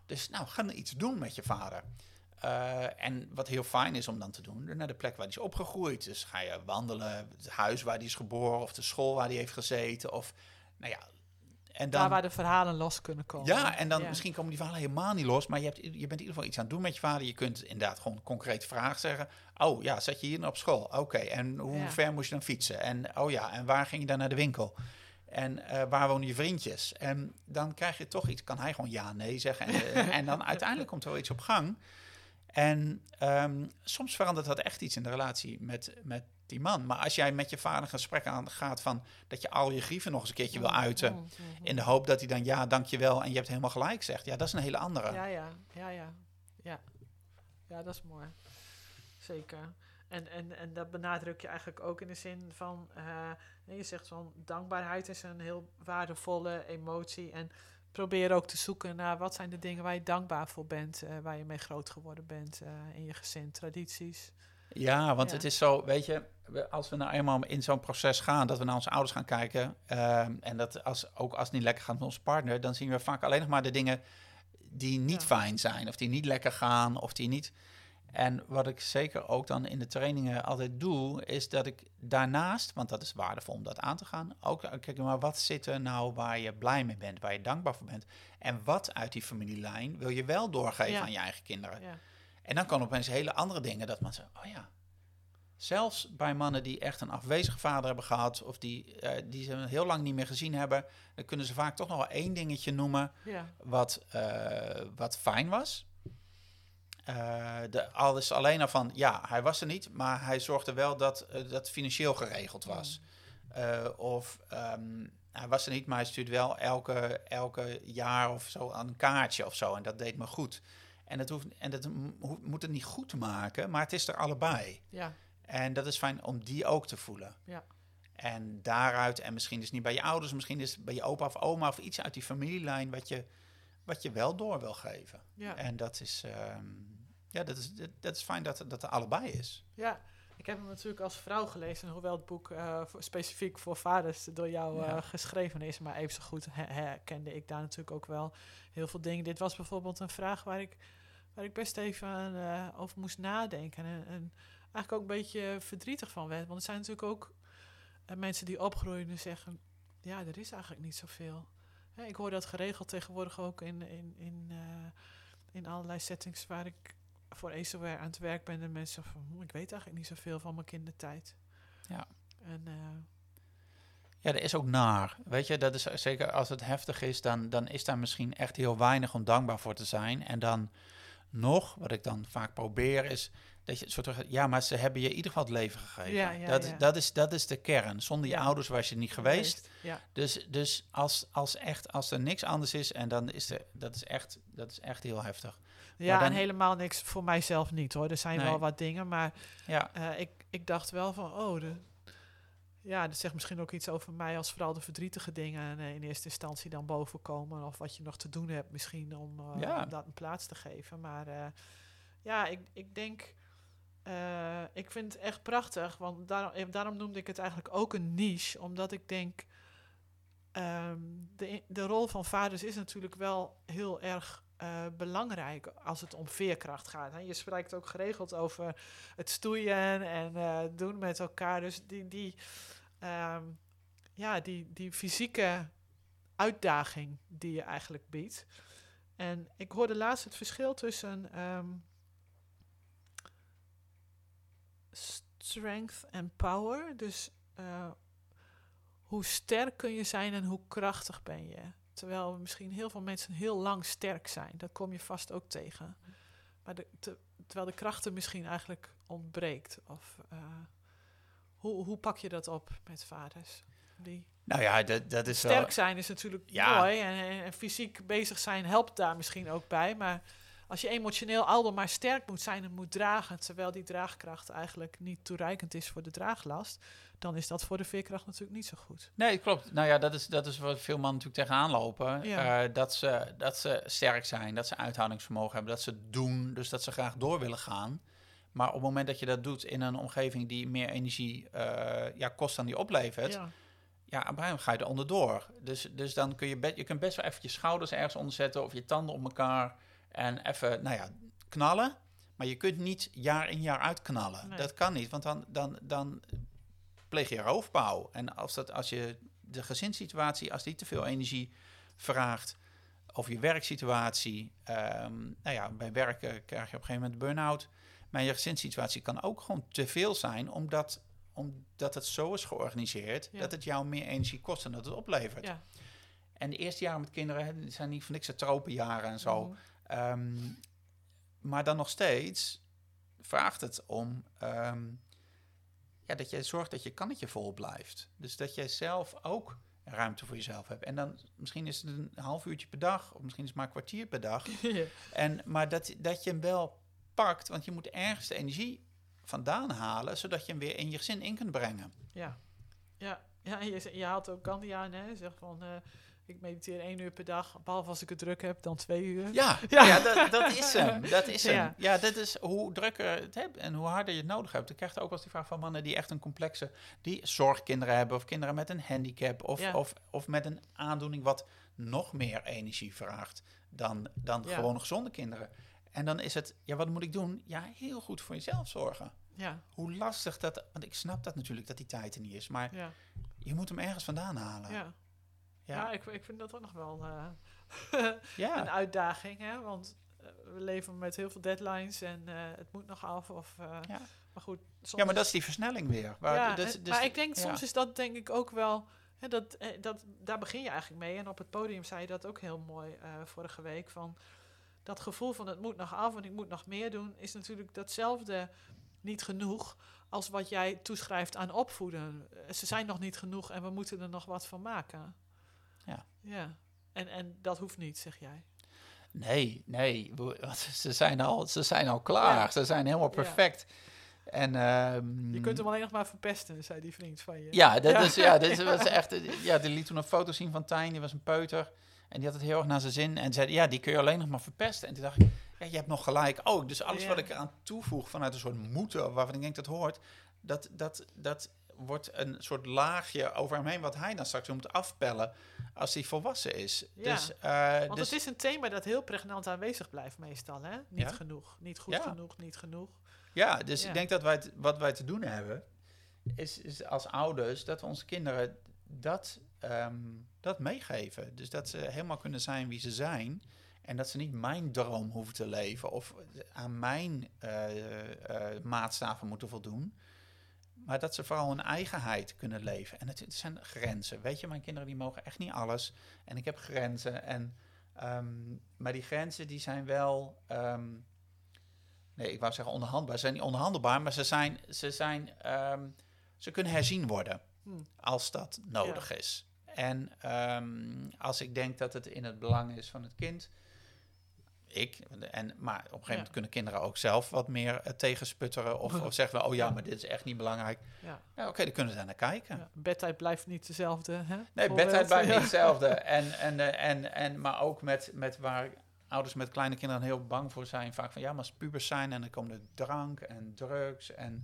Dus nou, ga dan iets doen met je vader. Uh, en wat heel fijn is om dan te doen, naar de plek waar hij is opgegroeid. Dus ga je wandelen, het huis waar hij is geboren, of de school waar hij heeft gezeten. Of, nou ja, en dan, daar waar de verhalen los kunnen komen. Ja, en dan ja. misschien komen die verhalen helemaal niet los, maar je, hebt, je bent in ieder geval iets aan het doen met je vader. Je kunt inderdaad gewoon concreet vragen zeggen. Oh ja, zat je hier op school? Oké, okay. En hoe ja. ver moest je dan fietsen? En oh ja, en waar ging je dan naar de winkel? En uh, waar wonen je vriendjes? En dan krijg je toch iets, kan hij gewoon ja, nee zeggen. En, uh, en dan uiteindelijk komt er wel iets op gang. En um, soms verandert dat echt iets in de relatie met, met die man. Maar als jij met je vader een gesprek aan gaat van dat je al je grieven nog eens een keertje wil uiten, mm-hmm. in de hoop dat hij dan ja, dankjewel en je hebt helemaal gelijk zegt. Ja, dat is een hele andere. Ja, ja, ja, ja. Ja, ja dat is mooi. Zeker. En, en, en dat benadruk je eigenlijk ook in de zin van, uh, je zegt van dankbaarheid is een heel waardevolle emotie. En probeer ook te zoeken naar wat zijn de dingen waar je dankbaar voor bent, uh, waar je mee groot geworden bent uh, in je gezin, tradities. Ja, want ja. het is zo, weet je, als we nou eenmaal in zo'n proces gaan, dat we naar onze ouders gaan kijken, uh, en dat als, ook als het niet lekker gaat met onze partner, dan zien we vaak alleen nog maar de dingen die niet ja. fijn zijn, of die niet lekker gaan, of die niet. En wat ik zeker ook dan in de trainingen altijd doe, is dat ik daarnaast, want dat is waardevol om dat aan te gaan, ook kijk maar wat zit er nou waar je blij mee bent, waar je dankbaar voor bent. En wat uit die familielijn wil je wel doorgeven ja. aan je eigen kinderen. Ja. En dan kan opeens hele andere dingen dat man zegt, oh ja, zelfs bij mannen die echt een afwezige vader hebben gehad, of die, uh, die ze heel lang niet meer gezien hebben, dan kunnen ze vaak toch nog wel één dingetje noemen ja. wat, uh, wat fijn was. Uh, de, al is alleen al van, ja, hij was er niet, maar hij zorgde wel dat uh, dat financieel geregeld was. Uh, of um, hij was er niet, maar hij stuurde wel elke, elke jaar of zo een kaartje of zo. En dat deed me goed. En dat, hoeft, en dat mo- moet het niet goed maken, maar het is er allebei. Ja. En dat is fijn om die ook te voelen. Ja. En daaruit, en misschien is het niet bij je ouders, misschien is het bij je opa of oma of iets uit die familielijn wat je, wat je wel door wil geven. Ja. En dat is... Um, Ja, dat is, dat is fijn dat, dat er allebei is. Ja, ik heb hem natuurlijk als vrouw gelezen. Hoewel het boek uh, voor, specifiek voor vaders door jou uh, ja. geschreven is. Maar even zo goed her- herkende ik daar natuurlijk ook wel heel veel dingen. Dit was bijvoorbeeld een vraag waar ik, waar ik best even uh, over moest nadenken. En, en eigenlijk ook een beetje verdrietig van werd. Want er zijn natuurlijk ook uh, mensen die opgroeien en zeggen... Ja, er is eigenlijk niet zoveel. Ja, ik hoor dat geregeld tegenwoordig ook in, in, in, uh, in allerlei settings waar ik... voor Aceware aan het werk ben en mensen van, hm, ik weet eigenlijk niet zoveel van mijn kindertijd. Ja. En, uh, ja, dat is ook naar. Weet je, dat is zeker als het heftig is, dan, dan is daar misschien echt heel weinig om dankbaar voor te zijn. En dan nog, wat ik dan vaak probeer, is dat je soort van, ja, maar ze hebben je in ieder geval het leven gegeven. Ja, ja, dat, ja. Dat, is, dat is de kern. Zonder je ja. ouders was je niet geweest. Ja. Dus, dus als, als, echt, als er niks anders is, en dan is er, dat is echt, dat is echt heel heftig. Ja, dan, en helemaal niks voor mijzelf niet hoor. Er zijn nee. wel wat dingen, maar ja. uh, ik, ik dacht wel van, oh, de, ja, dat zegt misschien ook iets over mij als vooral de verdrietige dingen in eerste instantie dan bovenkomen. Of wat je nog te doen hebt misschien om, uh, ja. om dat een plaats te geven. Maar uh, ja, ik, ik denk, uh, ik vind het echt prachtig, want daarom, daarom noemde ik het eigenlijk ook een niche. Omdat ik denk, um, de, de rol van vaders is natuurlijk wel heel erg... Uh, belangrijk als het om veerkracht gaat. Hè. Je spreekt ook geregeld over het stoeien en uh, doen met elkaar. Dus die, die, um, ja, die, die fysieke uitdaging die je eigenlijk biedt. En ik hoorde laatst het verschil tussen um, strength en power. Dus uh, hoe sterk kun je zijn en hoe krachtig ben je. Terwijl misschien heel veel mensen heel lang sterk zijn. Dat kom je vast ook tegen. Maar de, te, terwijl de kracht er misschien eigenlijk ontbreekt. Of, uh, hoe, hoe pak je dat op met vaders? Die nou ja, dat, dat is sterk wel... zijn is natuurlijk ja. mooi. En, en, en fysiek bezig zijn helpt daar misschien ook bij. Maar als je emotioneel al maar sterk moet zijn en moet dragen... terwijl die draagkracht eigenlijk niet toereikend is voor de draaglast... dan is dat voor de veerkracht natuurlijk niet zo goed. Nee, klopt. Nou ja, dat is, dat is wat veel mannen natuurlijk tegenaan lopen. Ja. Uh, dat, ze, dat ze sterk zijn, dat ze uithoudingsvermogen hebben, dat ze doen, dus dat ze graag door willen gaan. Maar op het moment dat je dat doet in een omgeving die meer energie uh, ja, kost dan die oplevert... ja, ja op een gegeven moment ga je er onderdoor. Dus, dus dan kun je, be- je kunt best wel even je schouders ergens onder zetten of je tanden op elkaar... En even, nou ja, knallen. Maar je kunt niet jaar in jaar uit knallen. Nee. Dat kan niet, want dan, dan, dan pleeg je roofbouw. En als, dat, als je de gezinssituatie, als die te veel energie vraagt, of je werksituatie, um, nou ja, bij werken krijg je op een gegeven moment burn-out. Maar je gezinssituatie kan ook gewoon te veel zijn, omdat, omdat het zo is georganiseerd, Ja. dat het jou meer energie kost dan dat het oplevert. Ja. En de eerste jaren met kinderen, hè, die zijn niet van niks de tropenjaren en zo. Mhm. Um, maar dan nog steeds vraagt het om um, ja, dat je zorgt dat je kannetje vol blijft. Dus dat jij zelf ook ruimte voor jezelf hebt. En dan misschien is het een half uurtje per dag, of misschien is het maar een kwartier per dag. Ja. En, maar dat, dat je hem wel pakt, want je moet ergens de energie vandaan halen, zodat je hem weer in je gezin in kunt brengen. Ja, ja. ja je, je haalt ook Gandhi aan, hè? Zeg van, uh, ik mediteer één uur per dag, behalve als ik het druk heb, dan twee uur. Ja, Ja. ja. ja dat, dat is hem. Dat is hem. Ja. Ja, dat is hoe drukker het hebt en hoe harder je het nodig hebt. Dan krijg je ook wel eens die vraag van mannen die echt een complexe, die zorgkinderen hebben, of kinderen met een handicap, of, Ja. of, of met een aandoening wat nog meer energie vraagt dan, dan Ja. gewoon gezonde kinderen. En dan is het, ja, wat moet ik doen? Ja, heel goed voor jezelf zorgen. Ja, Hoe lastig dat, want ik snap dat natuurlijk dat die tijd er niet is, maar ja, je moet hem ergens vandaan halen. ja. Ja, Ja, ik, ik vind dat ook nog wel uh, ja. een uitdaging, hè? Want uh, we leven met heel veel deadlines en uh, het moet nog af. Of, uh, Ja. Maar goed, soms ja, maar dat is die versnelling weer. Waar, ja, dus, en- dus, maar ik denk, ja. soms is dat denk ik ook wel, hè, dat, eh, dat, daar begin je eigenlijk mee. En op het podium zei je dat ook heel mooi uh, vorige week, van dat gevoel van het moet nog af en ik moet nog meer doen, is natuurlijk datzelfde niet genoeg als wat jij toeschrijft aan opvoeden. Uh, Ze zijn nog niet genoeg en we moeten er nog wat van maken. Ja. Ja, en, en dat hoeft niet, zeg jij. Nee, nee. we- want Ze zijn al, ze zijn al klaar. Ja. Ze zijn helemaal Ja. perfect. En, ehm, Je kunt hem alleen nog maar verpesten, zei die vriend van je. Ja, dat Ja. is, ja, dit was echt... Ja, die liet toen een foto zien van Tijn. Die was een peuter. En die had het heel erg naar zijn zin. En zei, ja, die kun je alleen nog maar verpesten. En toen dacht ik, ja, je hebt nog gelijk. Oh, dus alles Ja. wat ik eraan toevoeg vanuit een soort moeten, waarvan ik denk dat hoort, dat, dat, dat wordt een soort laagje over hem heen, wat hij dan straks weer moet afpellen als hij volwassen is. Ja. Dus, uh, Want dus het is een thema dat heel pregnant aanwezig blijft meestal, hè? Niet Ja. genoeg, niet goed Ja. genoeg, niet genoeg. Ja, dus Ja. ik denk dat wij het, wat wij te doen hebben, is, is als ouders dat we onze kinderen dat, ehm, dat meegeven. Dus dat ze helemaal kunnen zijn wie ze zijn. En dat ze niet mijn droom hoeven te leven of aan mijn uh, uh, maatstaven moeten voldoen. Maar dat ze vooral hun eigenheid kunnen leven. En het, het zijn grenzen. Weet je, mijn kinderen die mogen echt niet alles. En ik heb grenzen. En, um, maar die grenzen die zijn wel... Um, nee, ik wou zeggen onderhandelbaar. Ze zijn niet onderhandelbaar, maar ze zijn... Ze, zijn, um, ze kunnen herzien worden Hm. als dat nodig Ja. is. En um, als ik denk dat het in het belang is van het kind... Ik, en, maar op een gegeven moment Ja. kunnen kinderen ook zelf wat meer uh, tegensputteren. Of, of zeggen we, oh ja, Ja. maar dit is echt niet belangrijk. Ja. Ja, oké, okay, dan kunnen ze daar naar kijken. Ja. Bedtijd blijft niet dezelfde, hè? Nee, Bijvoorbeeld. bedtijd blijft Ja. niet hetzelfde. En, en, uh, en, en, maar ook met, met waar ouders met kleine kinderen heel bang voor zijn. Vaak van, ja, maar als pubers zijn en dan komen er drank en drugs. En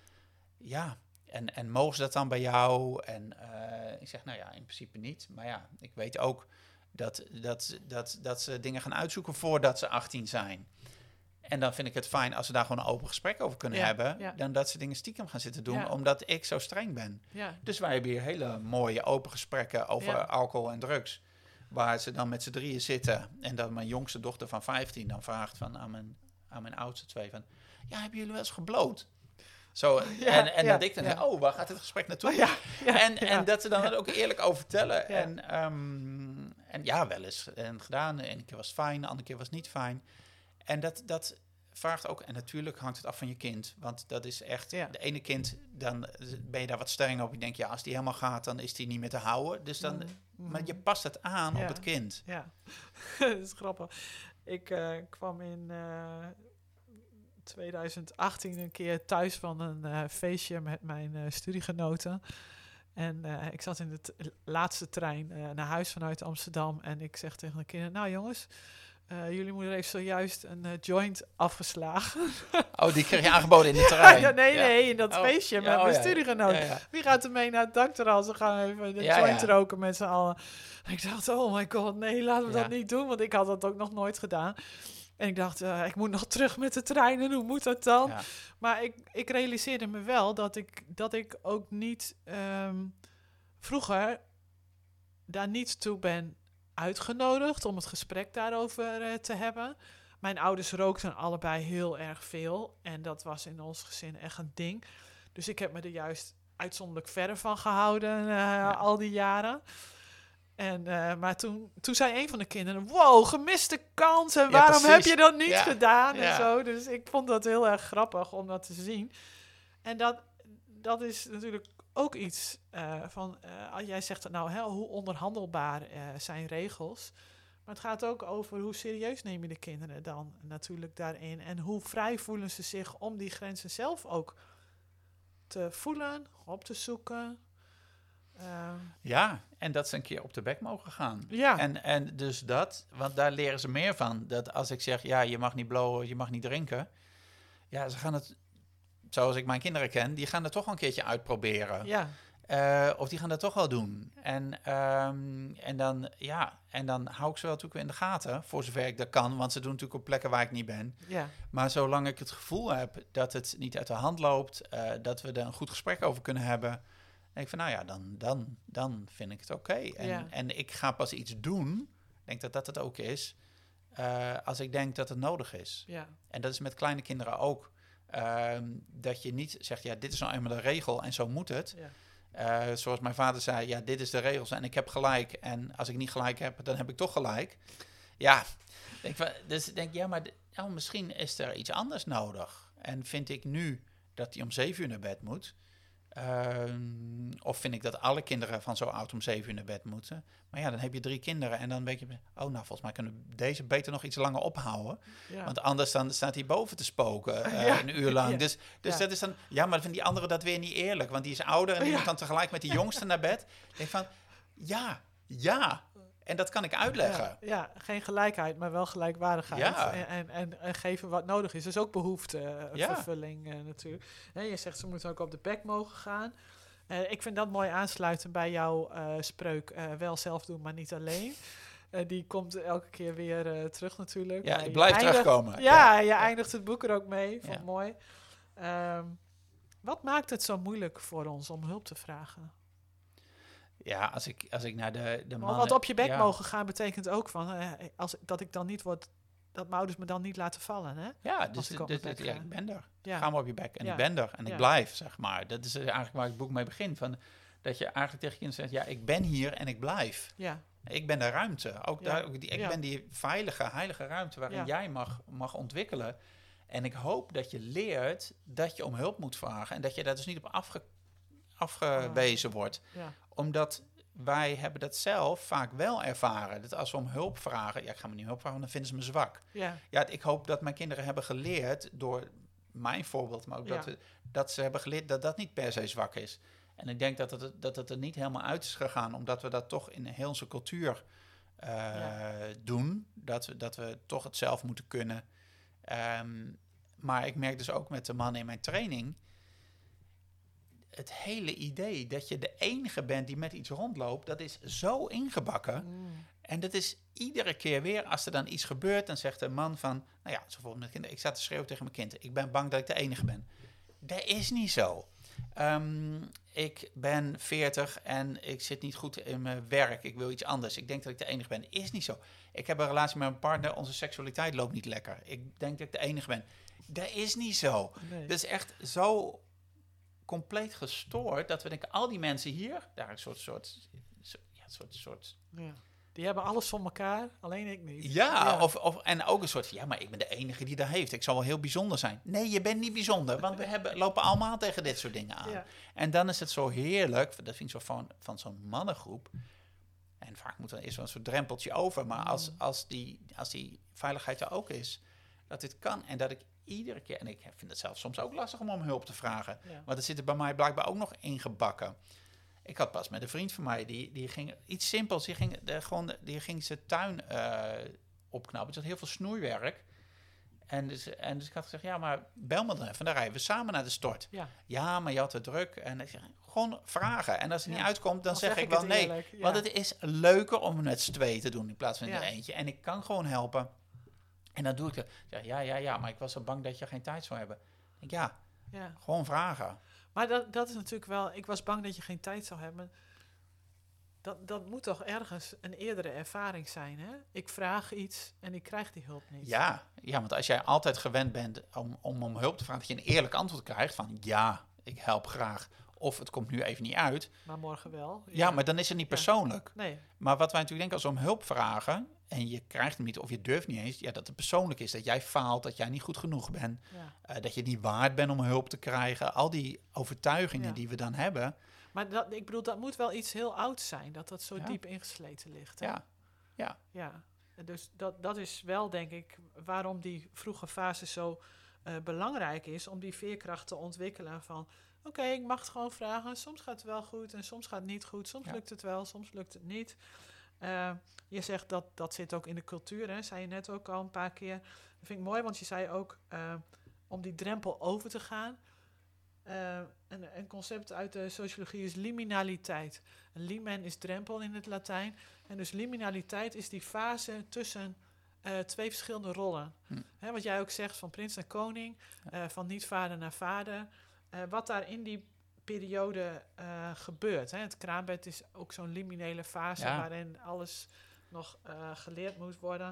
ja, en, en mogen ze dat dan bij jou? En uh, ik zeg, nou ja, in principe niet. Maar ja, ik weet ook... Dat, dat, dat, dat ze dingen gaan uitzoeken voordat ze achttien zijn. En dan vind ik het fijn als we daar gewoon een open gesprek over kunnen Ja, hebben. ja. Dan dat ze dingen stiekem gaan zitten doen, Ja. omdat ik zo streng ben. Ja. Dus wij hebben hier hele mooie open gesprekken over Ja. alcohol en drugs. Waar ze dan met z'n drieën zitten. En dat mijn jongste dochter van vijftien dan vraagt van aan, mijn, aan mijn oudste twee van... Ja, hebben jullie wel eens gebloot? Zo, Ja, en en ja, dat ik dan ja. denk, oh, waar gaat dit gesprek naartoe? Oh, ja. Ja. En, Ja. en dat ze dan het ook eerlijk over vertellen. Ja. En, um, en ja, wel eens en gedaan. De ene keer was het fijn, de andere keer was het niet fijn. En dat, dat vraagt ook... En natuurlijk hangt het af van je kind. Want dat is echt... Ja. De ene kind, dan ben je daar wat streng op. Je denkt, ja, als die helemaal gaat, dan is die niet meer te houden. Dus dan... Mm. Maar je past het aan Ja. op het kind. Ja, dat is grappig. Ik uh, kwam in uh, twintig achttien een keer thuis van een uh, feestje met mijn uh, studiegenoten. En uh, ik zat in de t- laatste trein uh, naar huis vanuit Amsterdam. En ik zeg tegen de kinderen, nou jongens, uh, jullie moeder heeft zojuist een uh, joint afgeslagen. Oh, die kreeg je aangeboden in de terrein. ja, nee, Ja. nee, in dat Oh, feestje ja, met oh, mijn ja. studiegenoten. Ja, ja. Wie gaat er mee naar het dakterras? Ze gaan even de Ja, joint ja. roken met z'n allen. En ik dacht, oh my god, nee, laten we Ja. dat niet doen. Want ik had dat ook nog nooit gedaan. En ik dacht, uh, ik moet nog terug met de trein en hoe moet dat dan? Ja. Maar ik, ik realiseerde me wel dat ik, dat ik ook niet um, vroeger daar niet toe ben uitgenodigd om het gesprek daarover uh, te hebben. Mijn ouders rookten allebei heel erg veel en dat was in ons gezin echt een ding. Dus ik heb me er juist uitzonderlijk verre van gehouden uh, ja. al die jaren. En, uh, maar toen, toen zei een van de kinderen, wow, gemiste kans. En ja, waarom precies. heb je dat niet ja. gedaan? En ja. zo. Dus ik vond dat heel erg grappig om dat te zien. En dat, dat is natuurlijk ook iets uh, van, uh, jij zegt het nou, hè, hoe onderhandelbaar uh, zijn regels. Maar het gaat ook over hoe serieus neem je de kinderen dan natuurlijk daarin. En hoe vrij voelen ze zich om die grenzen zelf ook te voelen, op te zoeken. Uh, ja, en dat ze een keer op de bek mogen gaan. Ja. En, en dus dat, want daar leren ze meer van. Dat als ik zeg, ja, je mag niet blowen, je mag niet drinken. Ja, ze gaan het, zoals ik mijn kinderen ken, die gaan het toch wel een keertje uitproberen. Ja. Uh, of die gaan dat toch wel doen. En, um, en, dan, ja, en dan hou ik ze wel natuurlijk in de gaten, voor zover ik dat kan. Want ze doen natuurlijk op plekken waar ik niet ben. Ja. Maar zolang ik het gevoel heb dat het niet uit de hand loopt, uh, dat we er een goed gesprek over kunnen hebben, denk ik van, nou ja, dan, dan, dan vind ik het oké. Okay. En, ja. en ik ga pas iets doen, ik denk dat dat het ook is, uh, als ik denk dat het nodig is. Ja. En dat is met kleine kinderen ook. Uh, dat je niet zegt, ja, dit is nou eenmaal de regel en zo moet het. Ja. Uh, zoals mijn vader zei, ja, dit is de regels en ik heb gelijk. En als ik niet gelijk heb, dan heb ik toch gelijk. Ja, denk, dus denk ja, maar oh, misschien is er iets anders nodig. En vind ik nu dat hij om zeven uur naar bed moet? Uh, of vind ik dat alle kinderen van zo oud om zeven uur naar bed moeten? Maar ja, dan heb je drie kinderen en dan weet je, oh nou, volgens mij kunnen we deze beter nog iets langer ophouden. Ja. Want anders dan staat hij boven te spoken uh, ja. een uur lang. Ja. Dus, dus ja. dat is dan, ja, maar dan vinden die anderen dat weer niet eerlijk. Want die is ouder en die ja. moet dan tegelijk met die jongste naar bed. Ik denk van, ja, ja. En dat kan ik uitleggen. Ja, ja, geen gelijkheid, maar wel gelijkwaardigheid. Ja. En, en, en, en geven wat nodig is. Dus ook behoeftevervulling uh, ja. uh, natuurlijk. En je zegt, ze moeten ook op de bek mogen gaan. Uh, ik vind dat mooi aansluiten bij jouw uh, spreuk. Uh, wel zelf doen, maar niet alleen. Uh, die komt elke keer weer uh, terug natuurlijk. Ja, ik blijf eindigt, terugkomen. Ja, ja, je eindigt het boek er ook mee. Vond ja. mooi. Um, wat maakt het zo moeilijk voor ons om hulp te vragen? Ja, als ik, als ik naar de, de mannen... Want op je bek ja. mogen gaan betekent ook van, uh, als, dat ik dan niet word, dat mijn ouders me dan niet laten vallen, hè? Ja, dus ik, d- d- d- ja, ik ben er. Ja. Ga maar op je bek en ja. ik ben er. En ja. ik blijf, zeg maar. Dat is eigenlijk waar het boek mee begint. Van, dat je eigenlijk tegen je zegt, ja, ik ben hier en ik blijf. Ja. Ik ben de ruimte. Ook ja. daar, ook die, ik ja. ben die veilige, heilige ruimte waarin ja. jij mag, mag ontwikkelen. En ik hoop dat je leert dat je om hulp moet vragen. En dat je daar dus niet op afge, afgewezen oh. wordt. Ja. Omdat wij hebben dat zelf vaak wel ervaren. Dat als we om hulp vragen, ja, ik ga me niet hulp vragen, dan vinden ze me zwak. Ja. Ja, ik hoop dat mijn kinderen hebben geleerd, door mijn voorbeeld, maar ook ja. dat, we, dat ze hebben geleerd dat dat niet per se zwak is. En ik denk dat het, dat het er niet helemaal uit is gegaan, omdat we dat toch in heel onze cultuur uh, ja. doen. Dat we, dat we toch het zelf moeten kunnen. Um, maar ik merk dus ook met de mannen in mijn training, het hele idee dat je de enige bent die met iets rondloopt, dat is zo ingebakken. Mm. En dat is iedere keer weer, als er dan iets gebeurt, dan zegt de man van, nou ja, zo bijvoorbeeld met kinderen, ik sta te schreeuwen tegen mijn kind, ik ben bang dat ik de enige ben. Dat is niet zo. Um, ik ben veertig en ik zit niet goed in mijn werk, ik wil iets anders. Ik denk dat ik de enige ben. Dat is niet zo. Ik heb een relatie met mijn partner, onze seksualiteit loopt niet lekker. Ik denk dat ik de enige ben. Dat is niet zo. Nee. Dat is echt zo compleet gestoord, dat we denken, al die mensen hier, daar een soort, soort, soort, ja, soort, soort... Ja. Die hebben alles voor elkaar, alleen ik niet. Ja, ja. Of, of, en ook een soort van, ja, maar ik ben de enige die dat heeft. Ik zal wel heel bijzonder zijn. Nee, je bent niet bijzonder, want we hebben, lopen allemaal tegen dit soort dingen aan. Ja. En dan is het zo heerlijk, dat vind ik zo van, van zo'n mannengroep, en vaak moet er eerst wel een soort drempeltje over, maar als, als, die, als die veiligheid er ook is, dat dit kan en dat ik iedere keer, en ik vind het zelf soms ook lastig om om hulp te vragen, Ja. maar dat zit er bij mij blijkbaar ook nog ingebakken. Ik had pas met een vriend van mij, die, die ging iets simpels, die ging, de, gewoon, die ging zijn tuin uh, opknappen. Het was heel veel snoeiwerk. En dus, en dus ik had gezegd, ja, maar bel me dan even, dan rijden we samen naar de stort. Ja, ja maar je had het druk. En ik zeg, gewoon vragen. En als het ja. niet uitkomt, dan, dan zeg, zeg ik ik wel nee. Eerlijk, ja. Want het is leuker om het met z'n tweeën te doen in plaats van in ja. er eentje. En ik kan gewoon helpen. En dan doe ik het. Ja, ja, ja, ja, maar ik was zo bang dat je geen tijd zou hebben. Ik denk, ja, Ja. gewoon vragen. Maar dat, dat is natuurlijk wel... Ik was bang dat je geen tijd zou hebben. Dat, dat moet toch ergens een eerdere ervaring zijn, hè? Ik vraag iets en ik krijg die hulp niet. Ja, ja, want als jij altijd gewend bent om, om om hulp te vragen, dat je een eerlijk antwoord krijgt van ja, ik help graag. Of het komt nu even niet uit. Maar morgen wel. Ja, ja maar dan is het niet persoonlijk. Ja. Nee. Maar wat wij natuurlijk denken als we om hulp vragen en je krijgt hem niet of je durft niet eens, ja, dat het persoonlijk is. Dat jij faalt, dat jij niet goed genoeg bent. Ja. Uh, dat je het niet waard bent om hulp te krijgen. Al die overtuigingen Ja. die we dan hebben. Maar dat, ik bedoel, dat moet wel iets heel ouds zijn, dat dat zo Ja. diep ingesleten ligt. Hè? Ja, ja. Ja. Dus dat, dat is wel, denk ik, waarom die vroege fase zo uh, belangrijk is, om die veerkracht te ontwikkelen van, oké, okay, ik mag het gewoon vragen. Soms gaat het wel goed en soms gaat het niet goed. Soms ja. lukt het wel, soms lukt het niet. Uh, je zegt dat dat zit ook in de cultuur, hè? Zei je net ook al een paar keer. Dat vind ik mooi, want je zei ook uh, om die drempel over te gaan. Uh, een, een concept uit de sociologie is liminaliteit. Een limen is drempel in het Latijn. En dus liminaliteit is die fase tussen uh, twee verschillende rollen. Hm. Hè, wat jij ook zegt, van prins naar koning, uh, van niet-vader naar vader. Uh, wat daar in die periode uh, gebeurt. Hè. Het kraambed is ook zo'n liminele fase ja. waarin alles nog uh, geleerd moet worden.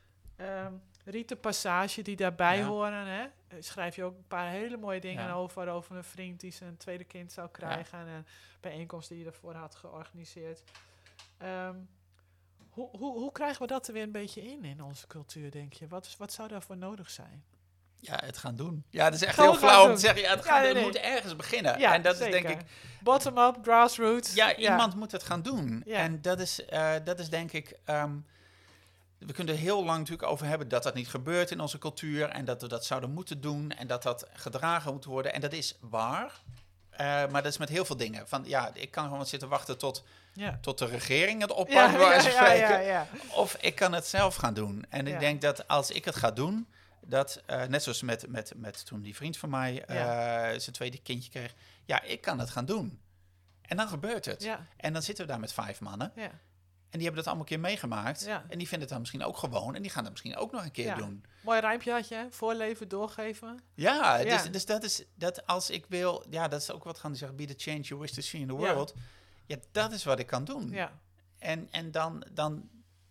Um, rietenpassage die daarbij ja. horen. Hè. Schrijf je ook een paar hele mooie dingen ja. over. Over een vriend die zijn tweede kind zou krijgen. Ja. En een bijeenkomst die je ervoor had georganiseerd. Um, hoe, hoe, hoe krijgen we dat er weer een beetje in in onze cultuur, denk je? Wat, is, wat zou daarvoor nodig zijn? Ja, het gaan doen. Ja, het is echt Gewoon heel flauw om te zeggen. Ja, het, gaan, ja, nee, nee. het moet ergens beginnen. Ja, en dat zeker. is denk ik... Bottom-up, grassroots. Ja, ja, iemand moet het gaan doen. Ja. En dat is, uh, dat is denk ik... Um, we kunnen er heel lang natuurlijk over hebben dat dat niet gebeurt in onze cultuur. En dat we dat zouden moeten doen. En dat dat gedragen moet worden. En dat is waar. Uh, maar dat is met heel veel dingen. Van ja, ik kan gewoon zitten wachten tot, ja. tot de regering het oppakt. Ja, ja, ja, ja, ja. Of ik kan het zelf gaan doen. En ja. ik denk dat als ik het ga doen... Dat, uh, net zoals met, met, met toen die vriend van mij uh, ja. zijn tweede kindje kreeg. Ja, ik kan het gaan doen. En dan gebeurt het. Ja. En dan zitten we daar met vijf mannen. Ja. En die hebben dat allemaal een keer meegemaakt. Ja. En die vinden het dan misschien ook gewoon. En die gaan dat misschien ook nog een keer ja. doen. Mooi rijmpje had je, voorleven, doorgeven. Ja, ja. Dus, dus dat is, dat als ik wil... Ja, dat is ook wat gaan die zeggen. Be the change you wish to see in the world. Ja, ja dat is wat ik kan doen. Ja. En, en dan... dan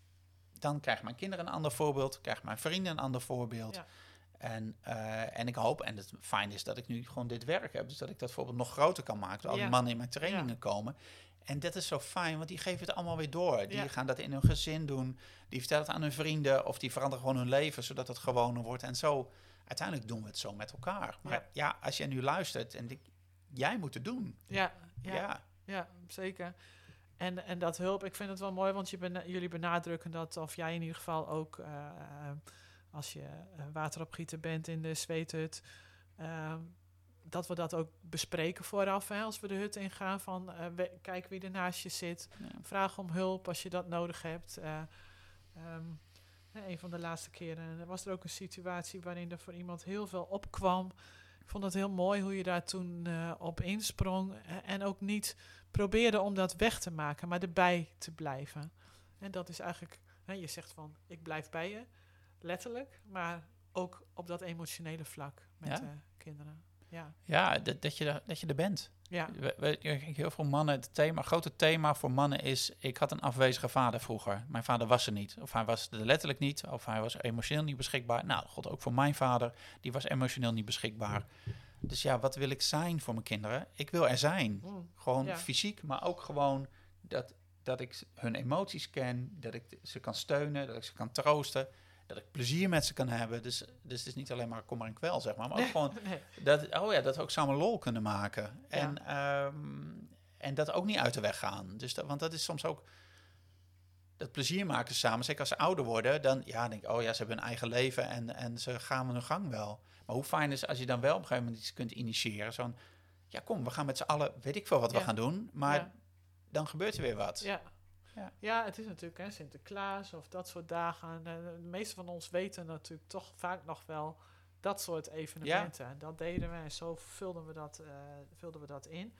Dan krijgen mijn kinderen een ander voorbeeld. Krijgen mijn vrienden een ander voorbeeld. Ja. En, uh, en ik hoop, en het fijn is dat ik nu gewoon dit werk heb. Dus dat ik dat voorbeeld nog groter kan maken. Dat al die ja. mannen in mijn trainingen ja. komen. En dat is zo fijn, want die geven het allemaal weer door. Die ja. gaan dat in hun gezin doen. Die vertellen het aan hun vrienden. Of die veranderen gewoon hun leven, zodat het gewoner wordt. En zo, uiteindelijk doen we het zo met elkaar. Maar ja, ja als jij nu luistert, en die, jij moet het doen. Ja, ja, ja. ja zeker. En, en dat hulp, ik vind het wel mooi, want je bena- jullie benadrukken dat, of jij in ieder geval ook, uh, uh, als je uh, wateropgieter bent in de zweethut, uh, dat we dat ook bespreken vooraf, hè, als we de hut ingaan, van uh, we, kijk wie er naast je zit, ja. vraag om hulp als je dat nodig hebt. Uh, um, een van de laatste keren was er ook een situatie waarin er voor iemand heel veel opkwam. Ik vond het heel mooi hoe je daar toen uh, op insprong en ook niet probeerde om dat weg te maken, maar erbij te blijven. En dat is eigenlijk, hè, je zegt van, ik blijf bij je, letterlijk, maar ook op dat emotionele vlak met de ja? uh, kinderen. Ja, ja dat, dat, je er, dat je er bent. Ja. We, we, heel veel mannen, het thema, grote thema voor mannen is, ik had een afwezige vader vroeger. Mijn vader was er niet. Of hij was er letterlijk niet, of hij was emotioneel niet beschikbaar. Nou, god, ook voor mijn vader, die was emotioneel niet beschikbaar. Dus ja, wat wil ik zijn voor mijn kinderen? Ik wil er zijn. Mm, gewoon ja. fysiek, maar ook gewoon dat, dat ik hun emoties ken, dat ik ze kan steunen, dat ik ze kan troosten, dat ik plezier met ze kan hebben. Dus, dus het is niet alleen maar kom maar en kwel, zeg maar. Maar ook nee, gewoon, nee. dat, oh ja, dat we ook samen lol kunnen maken. Ja. En, um, en dat ook niet uit de weg gaan. Dus dat, want dat is soms ook... Dat plezier maken samen, zeker als ze ouder worden, dan ja, denk ik, oh ja, ze hebben hun eigen leven en, en ze gaan hun gang wel. Maar hoe fijn is als je dan wel op een gegeven moment iets kunt initiëren. Zo'n, ja kom, we gaan met z'n allen, weet ik veel wat ja. we gaan doen, maar ja. dan gebeurt er weer wat. Ja, ja. ja het is natuurlijk hè, Sinterklaas of dat soort dagen. De meeste van ons weten natuurlijk toch vaak nog wel dat soort evenementen. Ja. Dat deden we en zo vulden we dat, uh, vulden we dat in.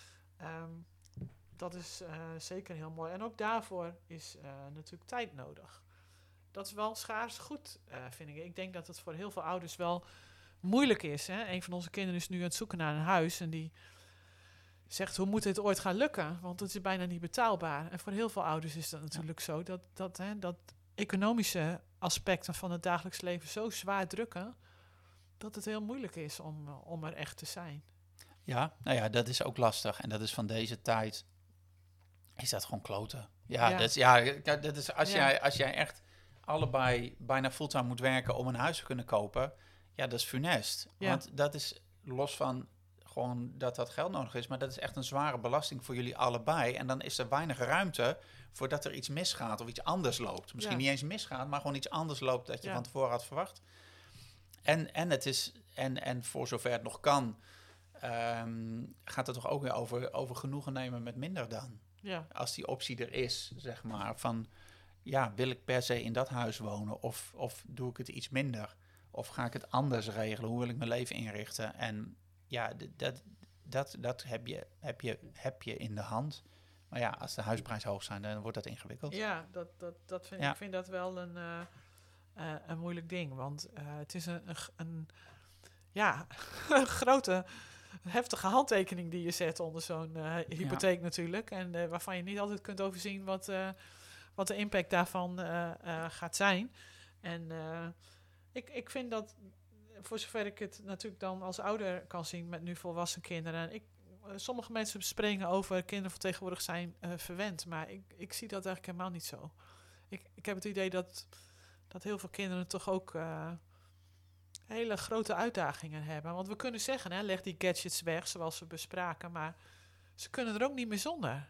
Um, dat is uh, zeker heel mooi. En ook daarvoor is uh, natuurlijk tijd nodig. dat is wel schaars goed, uh, vind ik. Ik denk dat het voor heel veel ouders wel moeilijk is. Hè? Een van onze kinderen is nu aan het zoeken naar een huis en die zegt, hoe moet dit ooit gaan lukken? Want het is bijna niet betaalbaar. En voor heel veel ouders is dat natuurlijk ja. zo, dat, dat, hè, dat economische aspecten van het dagelijks leven zo zwaar drukken, dat het heel moeilijk is om, om er echt te zijn. Ja, nou ja, dat is ook lastig. En dat is van deze tijd, is dat gewoon kloten. Ja, ja. Dat, is, ja dat is als, ja. jij, als jij echt allebei bijna fulltime moet werken om een huis te kunnen kopen, ja, dat is funest. Ja. Want dat is los van gewoon dat dat geld nodig is, maar dat is echt een zware belasting voor jullie allebei. En dan is er weinig ruimte voordat er iets misgaat of iets anders loopt. Misschien ja. niet eens misgaat, maar gewoon iets anders loopt dat je ja. van tevoren had verwacht. En, en, het is, en, en voor zover het nog kan, um, gaat het toch ook weer over, over genoegen nemen met minder dan. Ja. Als die optie er is, zeg maar, van ja, wil ik per se in dat huis wonen of, of doe ik het iets minder? Of ga ik het anders regelen? Hoe wil ik mijn leven inrichten? En ja, d- dat, dat, dat heb, je, heb, je, heb je in de hand. Maar ja, als de huisprijzen hoog zijn, dan wordt dat ingewikkeld. Ja, dat, dat, dat vind, ja. ik vind dat wel een, uh, uh, een moeilijk ding. Want uh, het is een, een, een ja, een grote, heftige handtekening die je zet onder zo'n uh, hypotheek ja. natuurlijk. En uh, waarvan je niet altijd kunt overzien wat, uh, wat de impact daarvan uh, uh, gaat zijn. En uh, ik, ik vind dat, voor zover ik het natuurlijk dan als ouder kan zien met nu volwassen kinderen. Ik, uh, sommige mensen spreken over kinderen van tegenwoordig zijn uh, verwend. Maar ik, ik zie dat eigenlijk helemaal niet zo. Ik, ik heb het idee dat, dat heel veel kinderen toch ook uh, hele grote uitdagingen hebben. Want we kunnen zeggen, hè, leg die gadgets weg zoals we bespraken. Maar ze kunnen er ook niet meer zonder.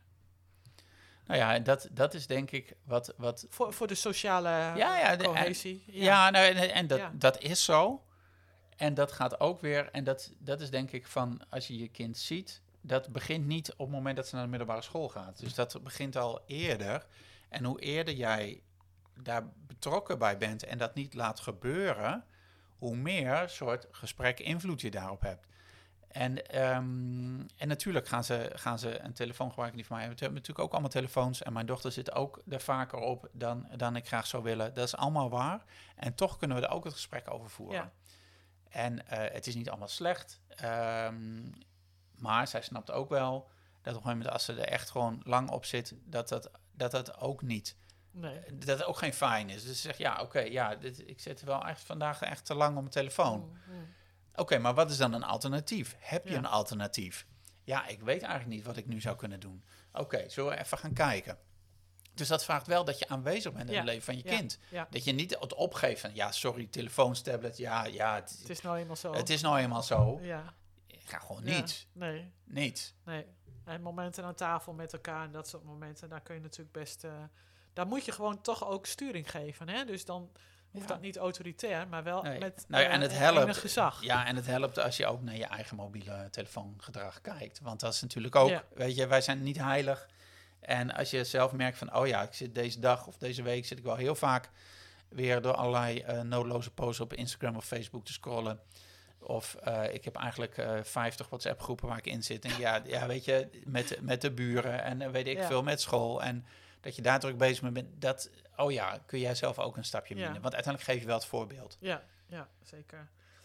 Nou ja, dat, dat is denk ik wat... wat voor, voor de sociale ja, ja, cohesie. En, ja, ja nou, en, en dat, ja. dat is zo. En dat gaat ook weer... En dat, dat is denk ik van, als je je kind ziet, dat begint niet op het moment dat ze naar de middelbare school gaat. Dus dat begint al eerder. En hoe eerder jij daar betrokken bij bent en dat niet laat gebeuren, hoe meer soort gesprek invloed je daarop hebt. En, um, en natuurlijk gaan ze, gaan ze een telefoon gebruiken die van mij. We hebben natuurlijk ook allemaal telefoons. En mijn dochter zit ook er vaker op dan, dan ik graag zou willen. Dat is allemaal waar. En toch kunnen we er ook het gesprek over voeren. Ja. En uh, het is niet allemaal slecht. Um, maar zij snapt ook wel dat op een gegeven moment, als ze er echt gewoon lang op zit, dat dat, dat, dat ook niet... Nee. Dat het ook geen fijn is. Dus ze zegt, ja, oké, okay, ja, dit, ik zit wel echt vandaag echt te lang op mijn telefoon. Mm, mm. Oké, okay, maar wat is dan een alternatief? Heb je ja. een alternatief? Ja, ik weet eigenlijk niet wat ik nu zou kunnen doen. Oké, okay, zullen we even gaan kijken? Dus dat vraagt wel dat je aanwezig bent in ja. het leven van je ja. kind. Ja. Dat je niet het opgeeft van, ja, sorry, telefoons, tablet, ja, ja. Het, het is nou eenmaal zo. Het is nou eenmaal zo. Ja. Ik ga gewoon ja. niet. Nee. Niet. Nee. En momenten aan tafel met elkaar en dat soort momenten, daar kun je natuurlijk best... Uh, daar moet je gewoon toch ook sturing geven, hè? Dus dan hoeft ja. dat niet autoritair, maar wel nee. met nou ja, en het uh, helpt, enig gezag. Ja, en het helpt als je ook naar je eigen mobiele telefoongedrag kijkt. Want dat is natuurlijk ook, ja. weet je, wij zijn niet heilig. En als je zelf merkt van, oh ja, ik zit deze dag of deze week zit ik wel heel vaak weer door allerlei uh, nodeloze posts op Instagram of Facebook te scrollen. Of uh, ik heb eigenlijk uh, vijftig WhatsApp-groepen waar ik in zit. En ja, ja weet je, met, met de buren en uh, weet ik ja. veel, met school. En dat je daar druk bezig mee bent, dat, oh ja, kun jij zelf ook een stapje minder. Ja. Want uiteindelijk geef je wel het voorbeeld. Ja, ja zeker.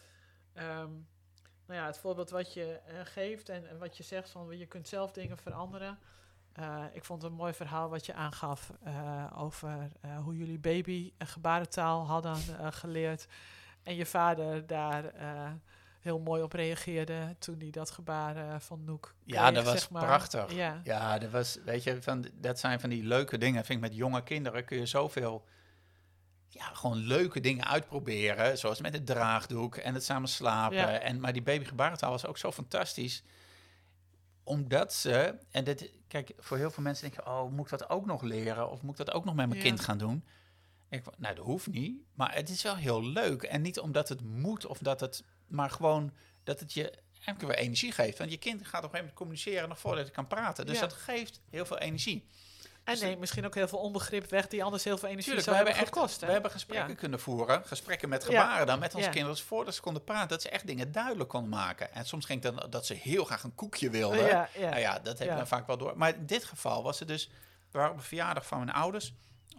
Um, nou ja, het voorbeeld wat je uh, geeft en, en wat je zegt van je kunt zelf dingen veranderen. Uh, ik vond het een mooi verhaal wat je aangaf uh, over uh, hoe jullie baby uh, gebarentaal hadden uh, geleerd. En je vader daar uh, heel mooi op reageerde toen hij dat gebaar uh, van Noek kreeg, ja, dat was zeg maar. prachtig. Ja. ja, dat was, weet je, van, dat zijn van die leuke dingen. Vind ik met jonge kinderen kun je zoveel, ja, gewoon leuke dingen uitproberen. Zoals met het draagdoek en het samen slapen. Ja. En, maar die babygebarentaal was ook zo fantastisch. Omdat ze, en dit, kijk, voor heel veel mensen denken, oh, moet ik dat ook nog leren? Of moet ik dat ook nog met mijn ja. kind gaan doen? Ik, nou, dat hoeft niet, maar het is wel heel leuk. En niet omdat het moet of dat het, maar gewoon dat het je eigenlijk weer energie geeft. Want je kind gaat op een gegeven moment communiceren nog voordat het kan praten. Dus ja. dat geeft heel veel energie. En dus neemt misschien ook heel veel onbegrip weg die anders heel veel energie tuurlijk, zou we hebben hebben gekost. Echt, we hebben gesprekken ja. kunnen voeren, gesprekken met gebaren ja. dan met onze ja. kinderen voordat ze konden praten, dat ze echt dingen duidelijk konden maken. En soms ging het dan dat ze heel graag een koekje wilden. Ja, ja. Nou ja, dat heb je ja. dan vaak wel door. Maar in dit geval was het dus, we waren op een verjaardag van mijn ouders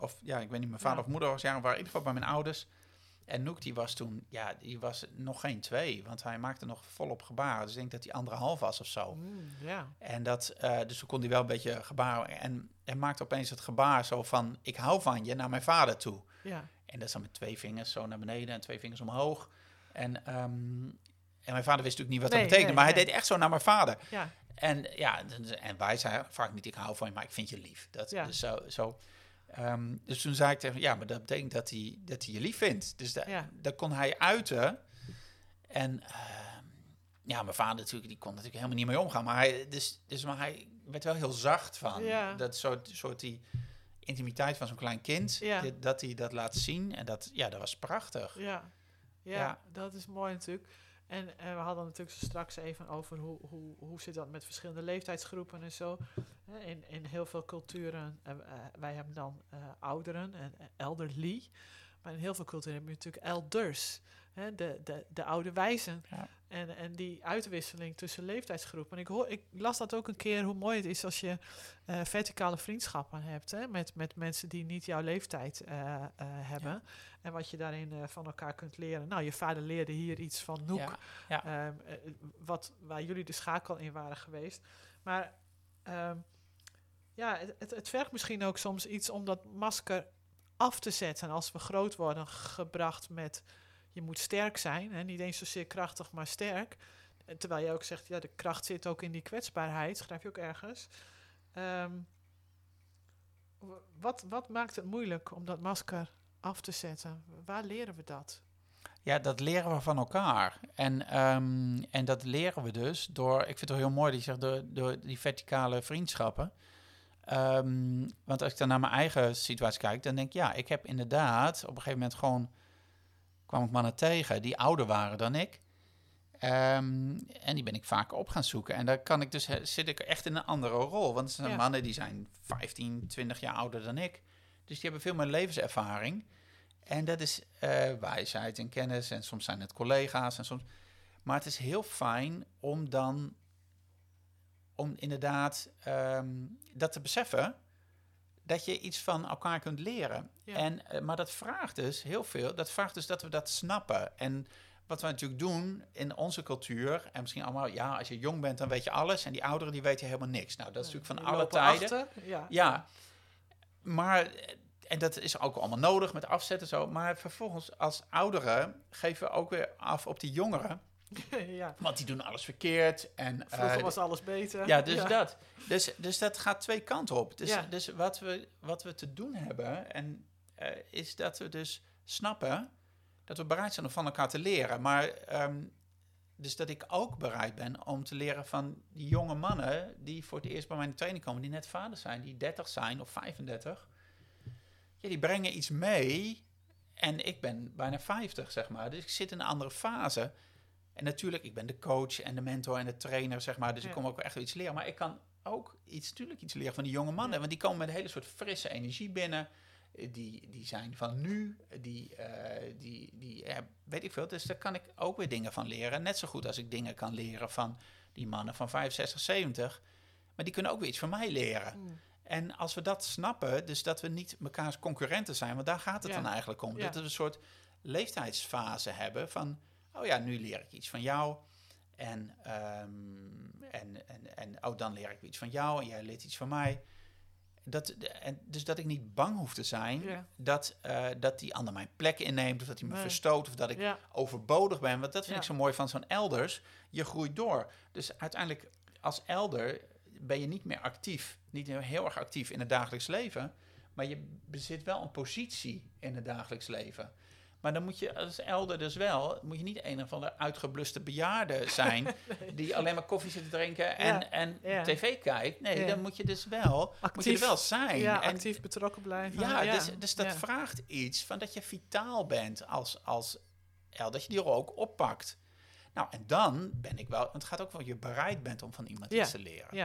Of ja, ik weet niet, mijn vader Ja. of moeder was jarig. We waren in ieder geval bij mijn ouders. En Noek, die was toen, ja, die was nog geen twee. Want hij maakte nog volop gebaren. Dus ik denk dat hij anderhalf was of zo. Mm, ja. En dat, uh, dus toen kon hij wel een beetje gebaren. En hij maakte opeens het gebaar zo van, ik hou van je, naar mijn vader toe. Ja. En dat is dan met twee vingers zo naar beneden en twee vingers omhoog. En, um, en mijn vader wist natuurlijk niet wat Nee, dat betekende. nee, maar nee. hij deed echt zo naar mijn vader. Ja. En ja, en wij zeiden vaak niet, ik hou van je, maar ik vind je lief. Dat, Ja. dus zo, zo. Um, dus toen zei ik tegen hem, ja, maar dat betekent dat hij, dat hij je lief vindt. Dus da, Ja. dat kon hij uiten. En uh, ja, mijn vader natuurlijk, die kon natuurlijk helemaal niet mee omgaan. Maar hij, dus, dus, maar hij werd wel heel zacht van. Ja. Dat soort, soort die intimiteit van zo'n klein kind. Ja. Die, dat hij dat laat zien. En dat, ja, dat was prachtig. Ja. Ja, Ja. dat is mooi natuurlijk. En, en we hadden natuurlijk zo straks even over hoe, hoe, hoe zit dat met verschillende leeftijdsgroepen en zo. In, in heel veel culturen, uh, wij hebben dan uh, ouderen en uh, elderly. Maar in heel veel culturen hebben we natuurlijk elders. Hè, de, de, de oude wijzen. Ja. En, en die uitwisseling tussen leeftijdsgroepen. En ik, hoor, ik las dat ook een keer, hoe mooi het is als je uh, verticale vriendschappen hebt. Hè, met, met mensen die niet jouw leeftijd uh, uh, hebben. Ja. En wat je daarin uh, van elkaar kunt leren. Nou, je vader leerde hier iets van Noek. Ja. Ja. Um, uh, wat, waar jullie de schakel in waren geweest. Maar um, ja, het, het, het vergt misschien ook soms iets om dat masker af te zetten. Als we groot worden, gebracht met... Je moet sterk zijn, hè? Niet eens zozeer krachtig, maar sterk. Terwijl je ook zegt, ja, de kracht zit ook in die kwetsbaarheid, schrijf je ook ergens. Um, wat, wat maakt het moeilijk om dat masker af te zetten? Waar leren we dat? Ja, dat leren we van elkaar. En, um, en dat leren we dus door, ik vind het wel heel mooi dat je zegt, door, door die verticale vriendschappen. Um, want als ik dan naar mijn eigen situatie kijk, dan denk ik, ja, ik heb inderdaad op een gegeven moment gewoon... kwam ik mannen tegen die ouder waren dan ik. Um, en die ben ik vaker op gaan zoeken. En daar kan ik dus, zit ik echt in een andere rol. Want het zijn ja. mannen die zijn vijftien, twintig jaar ouder dan ik. Dus die hebben veel meer levenservaring. En dat is uh, wijsheid en kennis. En soms zijn het collega's. En soms... Maar het is heel fijn om dan... om inderdaad um, dat te beseffen... dat je iets van elkaar kunt leren. Ja. En, uh, maar dat vraagt dus heel veel. Dat vraagt dus dat we dat snappen. En wat we natuurlijk doen in onze cultuur... en misschien allemaal, ja, als je jong bent, dan weet je alles... en die ouderen, die weten helemaal niks. Nou, dat is ja, natuurlijk van alle tijden. Achter. Ja. ja, maar... En dat is ook allemaal nodig met afzetten en zo. Maar vervolgens, als ouderen... geven we ook weer af op die jongeren... ja. Want die doen alles verkeerd. En, Vroeger uh, was alles beter. Ja, dus ja. dat. Dus, dus dat gaat twee kanten op. Dus, ja. dus wat, we, wat we te doen hebben... En, uh, is dat we dus snappen... dat we bereid zijn om van elkaar te leren. Maar um, dus dat ik ook bereid ben om te leren van die jonge mannen... die voor het eerst bij mijn training komen... die net vader zijn, die dertig zijn of vijfendertig... Ja, die brengen iets mee... en ik ben bijna vijftig, zeg maar. Dus ik zit in een andere fase... En natuurlijk, ik ben de coach en de mentor en de trainer, zeg maar. Dus ja. ik kom ook echt iets leren. Maar ik kan ook iets, natuurlijk iets leren van die jonge mannen. Ja. Want die komen met een hele soort frisse energie binnen. Die, die zijn van nu. Die, uh, die, die uh, weet ik veel. Dus daar kan ik ook weer dingen van leren. Net zo goed als ik dingen kan leren van die mannen van vijfenzestig, zeventig. Maar die kunnen ook weer iets van mij leren. Mm. En als we dat snappen, dus dat we niet mekaars concurrenten zijn. Want daar gaat het ja. dan eigenlijk om. Ja. Dat we een soort leeftijdsfase hebben van... Oh ja, nu leer ik iets van jou. En, um, en, en, en oh, dan leer ik iets van jou en jij leert iets van mij. Dat, en dus dat ik niet bang hoef te zijn ja. dat, uh, dat die ander mijn plek inneemt... of dat hij me nee. verstoot of dat ik ja. overbodig ben. Want dat vind ja. ik zo mooi van zo'n elders. Je groeit door. Dus uiteindelijk als elder ben je niet meer actief. Niet heel erg actief in het dagelijks leven. Maar je bezit wel een positie in het dagelijks leven... Maar dan moet je als elder dus wel... moet je niet een of andere uitgebluste bejaarde zijn... nee. die alleen maar koffie zit te drinken en, ja, en ja. tv kijkt. Nee, ja. dan moet je dus wel, actief, moet je er wel zijn. Ja, en, actief betrokken blijven. Ja, ja. Dus, dus dat ja. vraagt iets van dat je vitaal bent als, als elder. Dat je die rol ook oppakt. Nou, en dan ben ik wel... Want het gaat ook wel je bereid bent om van iemand ja. iets te leren. Ja.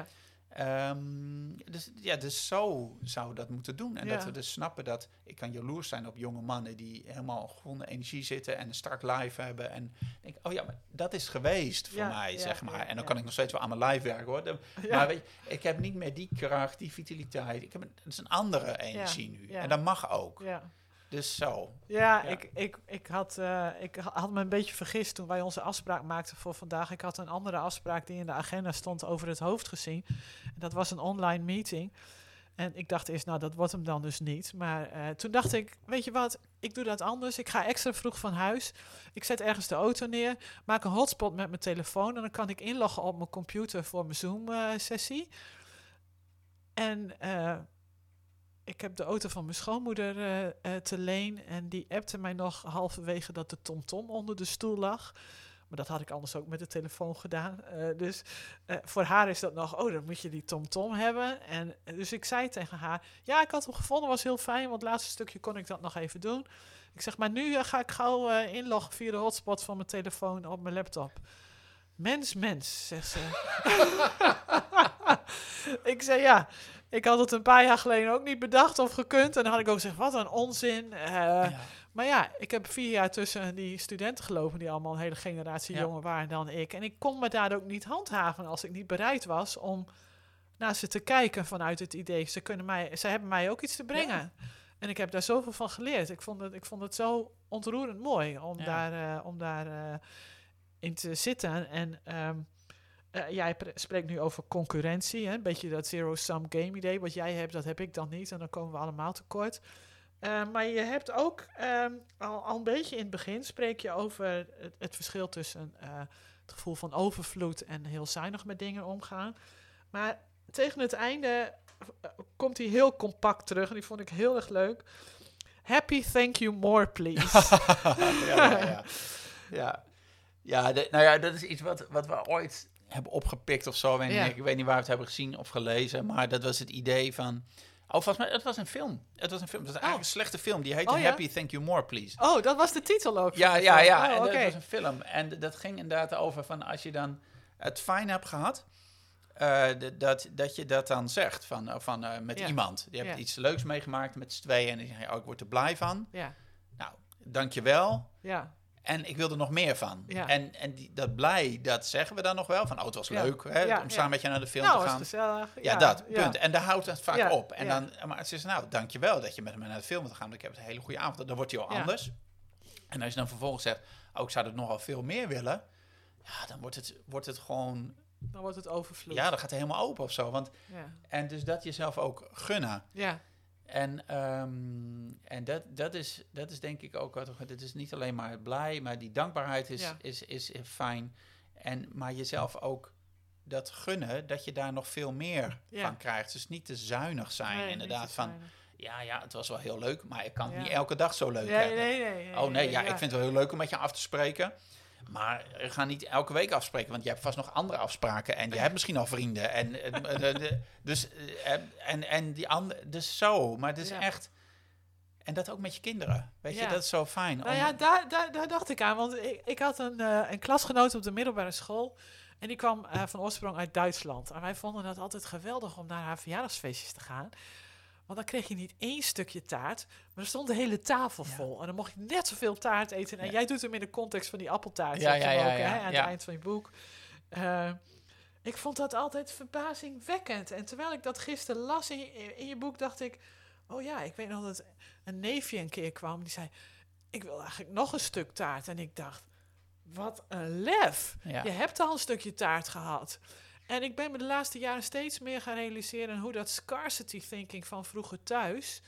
Um, dus ja, dus zo zou dat moeten doen. En Ja. dat we dus snappen dat ik kan jaloers zijn op jonge mannen die helemaal vol energie zitten en een start live hebben. En denk, oh ja, maar dat is geweest voor Ja, mij, ja, zeg maar. ja, en dan ja. kan ik nog steeds wel aan mijn live werken, hoor. De, Ja. Maar weet je, ik heb niet meer die kracht, die vitaliteit. Ik heb een, het is een andere energie nu. ja. En dat mag ook. Ja. Dus zo. Ja, Ja. Ik, ik, ik, had, uh, ik had me een beetje vergist toen wij onze afspraak maakten voor vandaag. Ik had een andere afspraak die in de agenda stond over het hoofd gezien. En dat was een online meeting. En ik dacht eerst, nou, dat wordt hem dan dus niet. Maar uh, toen dacht ik, weet je wat, ik doe dat anders. Ik ga extra vroeg van huis. Ik zet ergens de auto neer, maak een hotspot met mijn telefoon. En dan kan ik inloggen op mijn computer voor mijn Zoom-sessie. Uh, en... Uh, Ik heb de auto van mijn schoonmoeder uh, uh, te leen. En die appte mij nog halverwege dat de TomTom onder de stoel lag. Maar dat had ik anders ook met de telefoon gedaan. Uh, dus uh, voor haar is dat nog, oh, dan moet je die TomTom hebben. En uh, dus ik zei tegen haar, ja, ik had hem gevonden, was heel fijn. Want het laatste stukje kon ik dat nog even doen. Ik zeg, maar nu uh, ga ik gauw uh, inloggen via de hotspot van mijn telefoon op mijn laptop. Mens, mens, zegt ze. Ik zei, ja, ik had het een paar jaar geleden ook niet bedacht of gekund. En dan had ik ook gezegd, wat een onzin. Uh, ja. Maar ja, ik heb vier jaar tussen die studenten gelopen, die allemaal een hele generatie ja. jonger waren dan ik. En ik kon me daar ook niet handhaven als ik niet bereid was om naar ze te kijken vanuit het idee. Ze, kunnen mij, ze hebben mij ook iets te brengen. Ja. En ik heb daar zoveel van geleerd. Ik vond het, ik vond het zo ontroerend mooi om ja. daar... Uh, om daar uh, in te zitten. En um, uh, jij pre- spreekt nu over concurrentie, hè? Een beetje dat zero-sum game idee. Wat jij hebt, dat heb ik dan niet. En dan komen we allemaal tekort. Uh, maar je hebt ook um, al, al een beetje in het begin spreek je over het, het verschil tussen uh, het gevoel van overvloed en heel zuinig met dingen omgaan. Maar tegen het einde uh, komt hij heel compact terug. En die vond ik heel erg leuk. Happy, thank you, more, please. ja, ja, ja. ja. Ja, de, nou ja, dat is iets wat, wat we ooit hebben opgepikt of zo. Weet ja. Ik weet niet waar we het hebben gezien of gelezen, maar dat was het idee van... Oh, volgens mij, het was een film. Het was een film. Het was eigenlijk oh. een slechte film. Die heette oh, ja? Happy, Thank You More, Please. Oh, dat was de titel ook. Ja, ja, ja. Oh, en okay. dat was een film. En dat ging inderdaad over van als je dan het fijn hebt gehad... Uh, de, dat, dat je dat dan zegt van, van, uh, met ja. iemand. Je hebt ja. iets leuks meegemaakt met z'n tweeën en dan zeg je, oh, ik word er blij van. Ja. Nou, dankjewel. Ja. En ik wil er nog meer van. Ja. En, en die, dat blij, dat zeggen we dan nog wel. Van, oh, het was ja. leuk hè, ja, om samen ja. met je naar de film nou, te gaan. Gezellig. Ja, ja, dat, ja. punt. En daar houdt het vaak ja, op. En ja. dan, maar het is, nou, dankjewel dat je met me naar de film wilt gaan. Ik heb een hele goede avond. Dan wordt hij al ja. anders. En als je dan vervolgens zegt, oh, ik zou er nogal veel meer willen. Ja, dan wordt het, wordt het gewoon... Dan wordt het overvloed. Ja, dan gaat het helemaal open of zo. Want, ja. En dus dat jezelf ook gunnen. Ja. En, um, en dat, dat, is, dat is denk ik ook... Het is niet alleen maar blij, maar die dankbaarheid is, ja. is, is, is fijn. En, maar jezelf ook dat gunnen, dat je daar nog veel meer ja. van krijgt. Dus niet te zuinig zijn, nee, inderdaad. Van, ja, ja, het was wel heel leuk, maar ik kan het ja. niet elke dag zo leuk nee, hebben. Nee, nee, nee, oh nee, nee ja, ja. ik vind het wel heel leuk om met je af te spreken... Maar we gaan niet elke week afspreken, want je hebt vast nog andere afspraken. En je hebt misschien al vrienden. En, de, de, dus, en, en die andere, dus zo. Maar het is ja. echt... En dat ook met je kinderen. Weet ja. je, dat is zo fijn. Nou om... ja, daar, daar, daar dacht ik aan. Want ik, ik had een, uh, een klasgenoot op de middelbare school. En die kwam uh, van oorsprong uit Duitsland. En wij vonden het altijd geweldig om naar haar verjaardagsfeestjes te gaan. Want dan kreeg je niet één stukje taart, maar er stond de hele tafel vol. Ja. En dan mocht je net zoveel taart eten. En ja. jij doet hem in de context van die appeltaart. Ja, ja, ja, ook, ja, hè, aan ja. het eind van je boek. Uh, ik vond dat altijd verbazingwekkend. En terwijl ik dat gisteren las in je, in je boek, dacht ik... Oh ja, ik weet nog dat een neefje een keer kwam. Die zei, ik wil eigenlijk nog een stuk taart. En ik dacht, wat een lef. Ja. Je hebt al een stukje taart gehad. En ik ben me de laatste jaren steeds meer gaan realiseren... hoe dat scarcity thinking van vroeger thuis...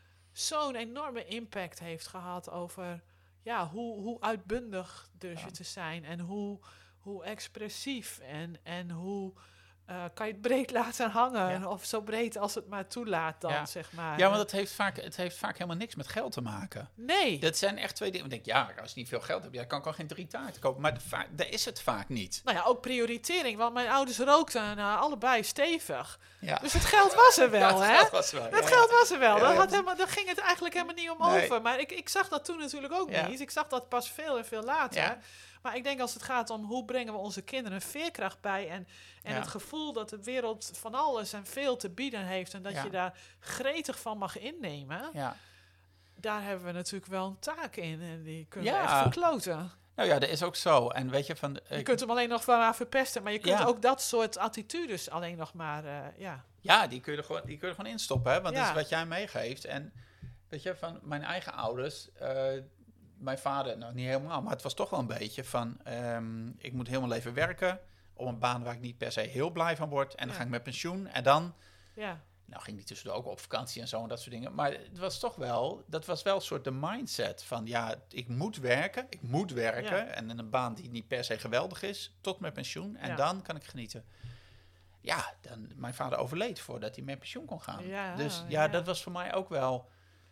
zo'n enorme impact heeft gehad over... ja, hoe, hoe uitbundig durf je ja. te zijn... en hoe, hoe expressief en, en hoe... Uh, kan je het breed laten hangen? Ja. Of zo breed als het maar toelaat dan, ja. zeg maar. Ja, want het heeft, vaak, het heeft vaak helemaal niks met geld te maken. Nee. Dat zijn echt twee dingen. Ik denk, ja, als je niet veel geld hebt, ja, kan ik al geen drie taarten kopen. Maar va- daar is het vaak niet. Nou ja, ook prioritering. Want mijn ouders rookten uh, allebei stevig. Ja. Dus het geld was er wel, ja, hè? Het geld was er wel. Het ja, geld was er wel. Ja, Daar, ja. had helemaal, daar ging het eigenlijk helemaal niet om nee. over. Maar ik, ik zag dat toen natuurlijk ook ja. niet. Ik zag dat pas veel en veel later. Ja. Maar ik denk als het gaat om hoe brengen we onze kinderen veerkracht bij... en, en Ja. het gevoel dat de wereld van alles en veel te bieden heeft... en dat Ja. je daar gretig van mag innemen... Ja. daar hebben we natuurlijk wel een taak in. En die kunnen Ja. we echt verkloten. Nou ja, dat is ook zo. En weet je, van... Je ik- kunt hem alleen nog wel maar verpesten... maar je kunt Ja. ook dat soort attitudes alleen nog maar... Uh, ja. Ja, die kun je er gewoon, die kun je er gewoon instoppen, hè? Want dat Ja. is wat jij meegeeft. En weet je, van mijn eigen ouders... Uh, mijn vader, nou niet helemaal, maar het was toch wel een beetje van... Um, ik moet heel mijn leven werken... op een baan waar ik niet per se heel blij van word. En dan Ja. ga ik met pensioen. En dan... Ja. Nou ging die tussendoor ook op vakantie en zo en dat soort dingen. Maar het was toch wel... Dat was wel een soort de mindset van... Ja, ik moet werken. Ik moet werken. Ja. En in een baan die niet per se geweldig is. Tot mijn pensioen. En Ja. dan kan ik genieten. Ja, dan, mijn vader overleed voordat hij met pensioen kon gaan. Ja, dus ja, ja. dat was voor mij ook wel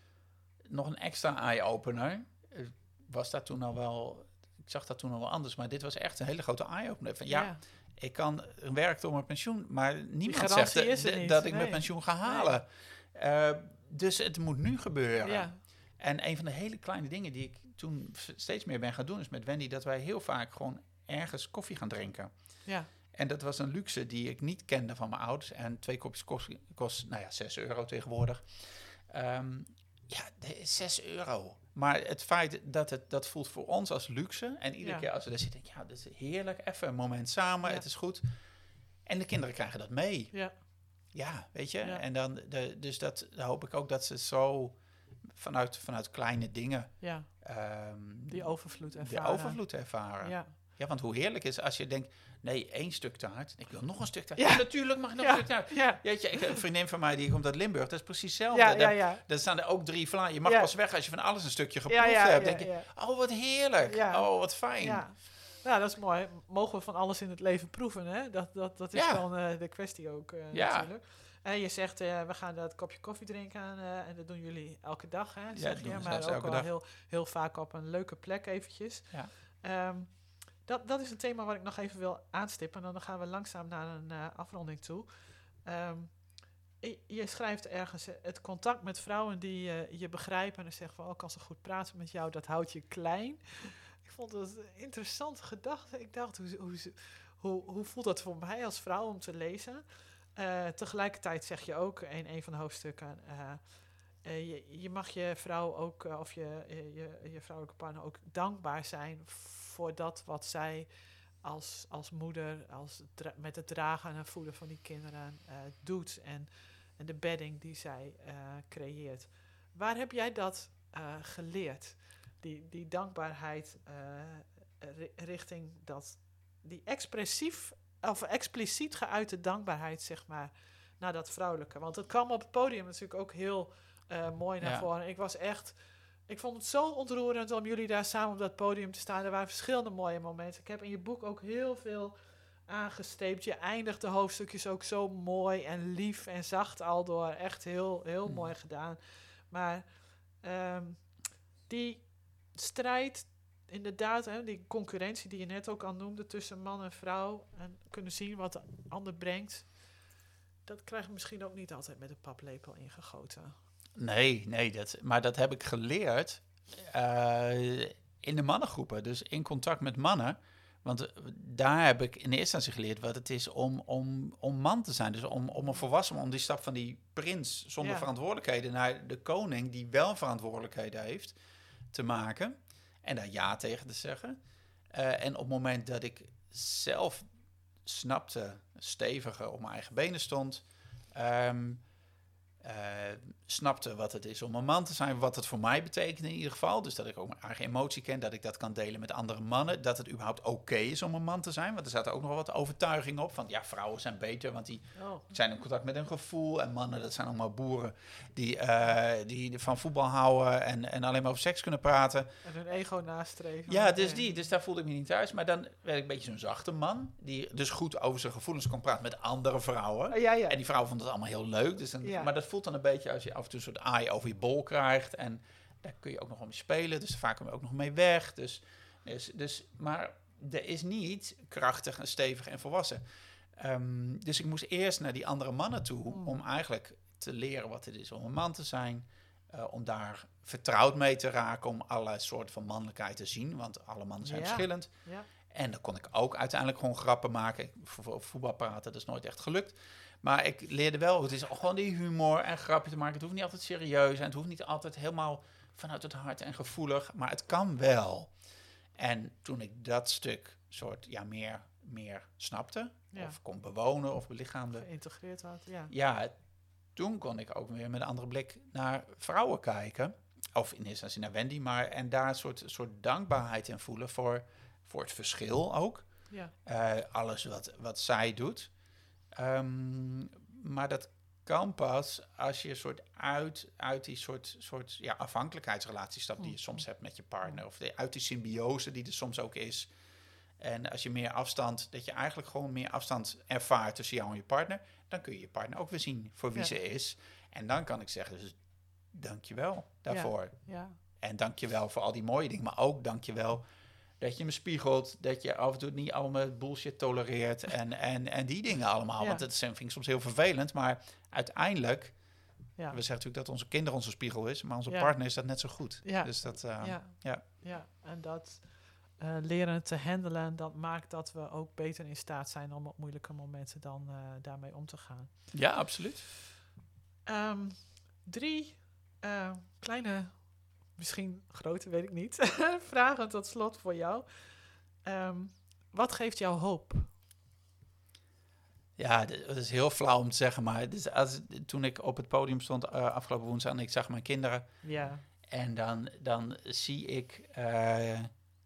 nog een extra eye-opener. Uh, Was dat toen al wel... Ik zag dat toen al wel anders, maar dit was echt een hele grote eye-opener. Van ja, Ja. ik kan werken tot mijn pensioen, maar niemand garantie zegt is er d- niet, dat ik nee. mijn pensioen ga halen. Nee. Uh, dus het moet nu gebeuren. Ja. En een van de hele kleine dingen die ik toen steeds meer ben gaan doen... is met Wendy dat wij heel vaak gewoon ergens koffie gaan drinken. Ja. En dat was een luxe die ik niet kende van mijn ouders. En twee kopjes koffie kost, nou ja, zes euro tegenwoordig. Um, ja, zes euro. Maar het feit dat het, dat voelt voor ons als luxe. En iedere Ja. keer als we daar zitten, ja, dat is heerlijk. Even een moment samen, Ja. het is goed. En de kinderen krijgen dat mee. Ja. Ja, weet je. Ja. En dan, de, dus dat dan hoop ik ook dat ze zo vanuit, vanuit kleine dingen... Ja. Um, Die overvloed die ervaren. overvloed ervaren. Ja. Ja, want hoe heerlijk is als je denkt... Nee, één stuk taart. Ik wil nog een stuk taart. Ja. Ja, natuurlijk mag ik nog Ja. een stuk taart. Ja. Weet je, ik heb een vriendin van mij die komt uit Limburg. Dat is precies hetzelfde. Ja, ja, Daar, ja. daar staan er ook drie vlaai. Je mag Ja. pas weg als je van alles een stukje geproefd Ja, ja, hebt. ja, Denk je, ja. oh wat heerlijk. Ja. Oh, wat fijn. Ja. Ja, dat is mooi. Mogen we van alles in het leven proeven, hè? Dat, dat, dat is Ja. dan uh, de kwestie ook uh, Ja. natuurlijk. En je zegt, uh, we gaan dat kopje koffie drinken uh, en dat doen jullie elke dag, hè? Zeg dat doen je, we maar zelfs ook elke wel dag. heel, heel vaak op een leuke plek eventjes. Ja. Um, dat, dat is een thema waar ik nog even wil aanstippen. En dan gaan we langzaam naar een uh, afronding toe. Um, je, je schrijft ergens uh, het contact met vrouwen die uh, je begrijpen. En dan zeggen van, ook als ze goed praten met jou, dat houdt je klein. Ik vond dat een interessante gedachte. Ik dacht, hoe, hoe, hoe, hoe voelt dat voor mij als vrouw om te lezen? Uh, tegelijkertijd zeg je ook in een van de hoofdstukken... Uh, uh, je, je mag je vrouw ook, uh, of je, je, je vrouwelijke partner ook dankbaar zijn... voor dat wat zij als, als moeder, als dra- met het dragen en voeden van die kinderen uh, doet... En, en de bedding die zij uh, creëert. Waar heb jij dat uh, geleerd? Die, die dankbaarheid uh, ri- richting dat, die expressief of expliciet geuite dankbaarheid, zeg maar, naar dat vrouwelijke. Want het kwam op het podium natuurlijk ook heel uh, mooi naar Ja. voren. Ik was echt, ik vond het zo ontroerend om jullie daar samen op dat podium te staan. Er waren verschillende mooie momenten. Ik heb in je boek ook heel veel aangesteept. Je eindigt de hoofdstukjes ook zo mooi en lief en zacht al door. Echt heel, heel Hmm. mooi gedaan. Maar um, die strijd, inderdaad, hè, die concurrentie die je net ook al noemde tussen man en vrouw en kunnen zien wat de ander brengt, dat krijg je misschien ook niet altijd met een paplepel ingegoten. Nee, nee, dat, maar dat heb ik geleerd uh, in de mannengroepen. Dus in contact met mannen. Want uh, daar heb ik in eerste instantie geleerd wat het is om, om, om man te zijn. Dus om, om een volwassen, om die stap van die prins zonder Ja. verantwoordelijkheden naar de koning die wel verantwoordelijkheden heeft te maken. En daar ja tegen te zeggen. Uh, en op het moment dat ik zelf snapte, steviger op mijn eigen benen stond... Um, Uh, snapte wat het is om een man te zijn, wat het voor mij betekent in ieder geval. Dus dat ik ook mijn eigen emotie ken, dat ik dat kan delen met andere mannen. Dat het überhaupt oké okay is om een man te zijn. Want er zaten ook nog wel wat overtuigingen op van ja, vrouwen zijn beter, want die Oh. zijn in contact met hun gevoel. En mannen, dat zijn allemaal boeren die, uh, die van voetbal houden en, en alleen maar over seks kunnen praten. En hun ego nastreven. Ja, dus die. Dus daar voelde ik me niet thuis. Maar dan werd ik een beetje zo'n zachte man, die dus goed over zijn gevoelens kon praten met andere vrouwen. Oh, ja, ja. En die vrouwen vonden het allemaal heel leuk. Dus dan, Ja. Maar dat voelt dan een beetje als je af en toe een soort aai over je bol krijgt. En daar kun je ook nog wel mee spelen. Dus vaak kom je ook nog mee weg. Dus, dus, dus, maar er is niet krachtig en stevig en volwassen. Um, dus ik moest eerst naar die andere mannen toe. Mm. Om eigenlijk te leren wat het is om een man te zijn. Uh, om daar vertrouwd mee te raken, om allerlei soorten van mannelijkheid te zien. Want alle mannen zijn ja. verschillend. Ja. En dan kon ik ook uiteindelijk gewoon grappen maken. Over voetbal praten, dat is nooit echt gelukt. Maar ik leerde wel, het is gewoon die humor en grapje te maken. Het hoeft niet altijd serieus en het hoeft niet altijd helemaal vanuit het hart en gevoelig. Maar het kan wel. En toen ik dat stuk soort ja, meer, meer snapte, ja. of kon bewonen of belichaamde. Geïntegreerd had, ja. Ja, toen kon ik ook weer met een andere blik naar vrouwen kijken. Of in eerste instantie naar Wendy, maar en daar een soort, soort dankbaarheid in voelen voor, voor het verschil ook. Ja. Uh, alles wat, wat zij doet. Um, maar dat kan pas als je een soort uit, uit die soort, soort ja, afhankelijkheidsrelatie stapt die je soms hebt met je partner. Of de, uit die symbiose die er soms ook is. En als je meer afstand, dat je eigenlijk gewoon meer afstand ervaart tussen jou en je partner, dan kun je je partner ook weer zien voor wie ja. ze is. En dan kan ik zeggen, dus dank je wel daarvoor. Ja. Ja. En dank je wel voor al die mooie dingen, maar ook dank je wel dat je me spiegelt, dat je af en toe niet allemaal bullshit tolereert en, en, en die dingen allemaal. Ja. Want dat vind ik soms heel vervelend, maar uiteindelijk, ja. we zeggen natuurlijk dat onze kinderen onze spiegel is, maar onze ja. partner is dat net zo goed. Ja. Dus dat, uh, ja. ja. Ja, en dat uh, leren te handelen, dat maakt dat we ook beter in staat zijn om op moeilijke momenten dan uh, daarmee om te gaan. Ja, absoluut. Um, drie uh, kleine, misschien grote, weet ik niet, vragen tot slot voor jou. Um, wat geeft jou hoop? Ja, dat is heel flauw om te zeggen, maar dus als, toen ik op het podium stond uh, afgelopen woensdag en ik zag mijn kinderen, ja. en dan, dan zie ik, uh,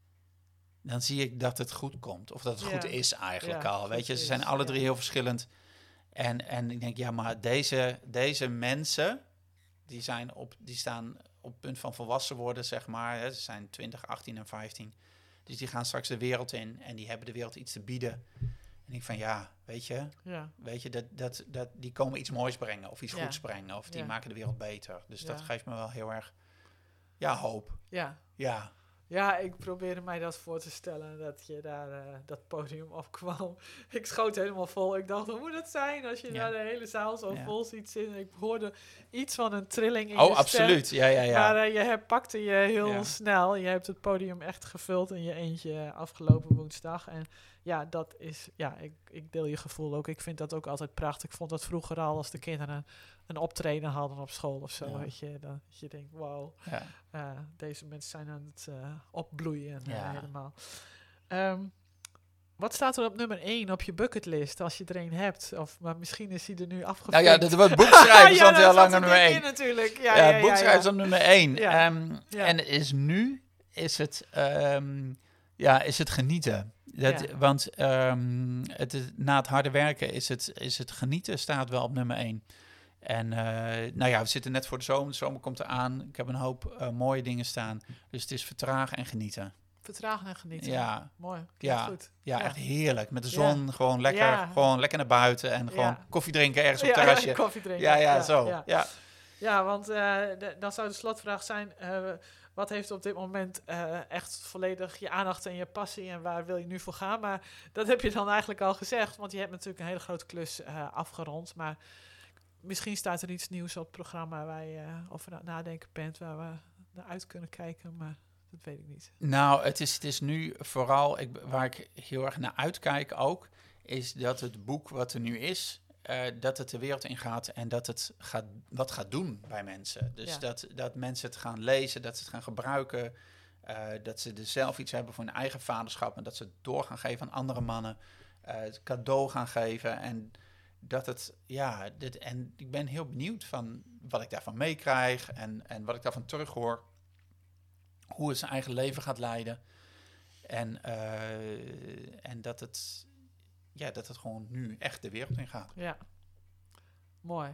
dan zie ik dat het goed komt, of dat het ja. goed is eigenlijk ja, al. Weet je, ze zijn is, alle drie ja. heel verschillend. En, en ik denk, ja, maar deze, deze mensen, die zijn op, die staan op het punt van volwassen worden, zeg maar. Hè. Ze zijn twintig, achttien en vijftien. Dus die gaan straks de wereld in en die hebben de wereld iets te bieden. En ik van, ja, weet je, ja. weet je dat, dat, dat, die komen iets moois brengen of iets ja. goeds brengen. Of die ja. maken de wereld beter. Dus ja. dat geeft me wel heel erg, ja, hoop. Ja. Ja. Ja, ik probeerde mij dat voor te stellen, dat je daar uh, dat podium opkwam. Ik schoot helemaal vol. Ik dacht, hoe moet het zijn als je ja. daar de hele zaal zo ja. vol ziet zitten? Ik hoorde iets van een trilling in oh, je absoluut. stem. Ja, ja, ja. Maar uh, je herpakte je heel ja. snel. Je hebt het podium echt gevuld in je eentje afgelopen woensdag. En ja, dat is, ja, ik, ik deel je gevoel ook. Ik vind dat ook altijd prachtig. Ik vond dat vroeger al als de kinderen een optreden hadden op school of zo, ja. weet je, dan dat je denkt, wauw, ja. uh, deze mensen zijn aan het uh, opbloeien uh, ja. helemaal. Um, wat staat er op nummer één op je bucketlist als je er een hebt? Of maar misschien is hij er nu afgevinkt. Nou ja, dat wordt boekschrijven ja, stond heel lang op nummer één. natuurlijk. Ja, ja, ja, ja, boekschrijven ja, stond nummer één. Ja. Um, ja. En is nu is het, um, ja, is het genieten. Dat, ja. Want um, het is, na het harde werken is het, is het genieten staat wel op nummer één. En uh, nou ja, we zitten net voor de zomer. De zomer komt eraan. Ik heb een hoop uh, mooie dingen staan. Dus het is vertragen en genieten. Vertragen en genieten. Ja. Mooi. Ja. Goed. Ja, ja, echt heerlijk. Met de zon, ja. gewoon lekker, ja. gewoon lekker naar buiten en gewoon ja. koffie drinken ergens op het ja, terrasje. Ja, koffie drinken. Ja, ja, ja zo. Ja, ja. ja want uh, de, dan zou de slotvraag zijn, uh, wat heeft op dit moment uh, echt volledig je aandacht en je passie en waar wil je nu voor gaan? Maar dat heb je dan eigenlijk al gezegd, want je hebt natuurlijk een hele grote klus uh, afgerond, maar misschien staat er iets nieuws op het programma waar je uh, over aan het nadenken bent, waar we naar uit kunnen kijken, maar dat weet ik niet. Nou, het is, het is nu vooral, ik, waar ik heel erg naar uitkijk ook, is dat het boek wat er nu is, uh, dat het de wereld in gaat en dat het gaat, wat gaat doen bij mensen. Dus ja. dat, dat mensen het gaan lezen, dat ze het gaan gebruiken, uh, dat ze er zelf iets hebben voor hun eigen vaderschap en dat ze het door gaan geven aan andere mannen, uh, het cadeau gaan geven en dat het, ja, dit, en ik ben heel benieuwd van wat ik daarvan meekrijg en, en wat ik daarvan terughoor. Hoe het zijn eigen leven gaat leiden. En, uh, en dat, het, ja, dat het gewoon nu echt de wereld in gaat. Ja, mooi.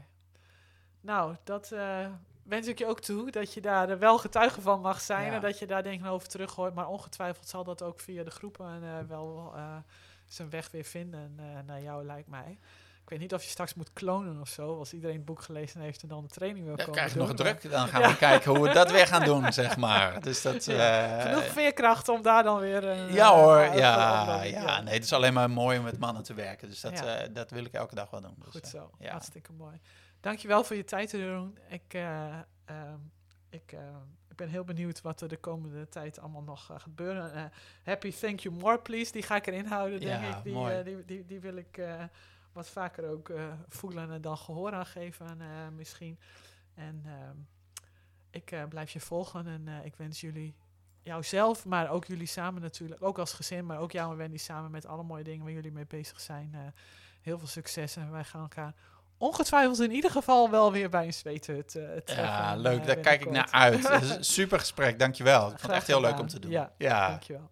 Nou, dat uh, wens ik je ook toe. Dat je daar uh, wel getuige van mag zijn. Ja. En dat je daar dingen over terug hoort. Maar ongetwijfeld zal dat ook via de groepen uh, wel uh, zijn weg weer vinden uh, naar jou, lijkt mij. Ik weet niet of je straks moet klonen of zo, als iedereen het boek gelezen heeft en dan de training wil dan komen krijg je doen. nog druk, dan gaan we ja. kijken hoe we dat weer gaan doen, zeg maar. Dus dat, ja. uh, Genoeg veerkracht om daar dan weer... Uh, ja hoor, uh, ja, ja, ja. Nee, het is alleen maar mooi om met mannen te werken. Dus dat, ja. uh, dat wil ik elke dag wel doen. Dus, goed zo, uh, ja. hartstikke mooi. Dankjewel voor je tijd, Jeroen. Ik uh, uh, ik, uh, ik ben heel benieuwd wat er de komende tijd allemaal nog uh, gaat gebeuren. Uh, happy Thank You More Please, die ga ik erin houden, denk ja, ik. Die, mooi. uh, die, die, die wil ik uh, wat vaker ook uh, voelen en dan gehoor aan geven uh, misschien. En uh, ik uh, blijf je volgen en uh, ik wens jullie, jouzelf, maar ook jullie samen natuurlijk, ook als gezin, maar ook jou en Wendy samen met alle mooie dingen waar jullie mee bezig zijn. Uh, heel veel succes en wij gaan elkaar ongetwijfeld in ieder geval wel weer bij een zweethut uh, treffen. Ja, en, leuk. uh, Daar kijk ik naar uit. Dat is een super gesprek. Dankjewel. Ik vond het echt heel leuk om te doen. Ja, ja. dankjewel.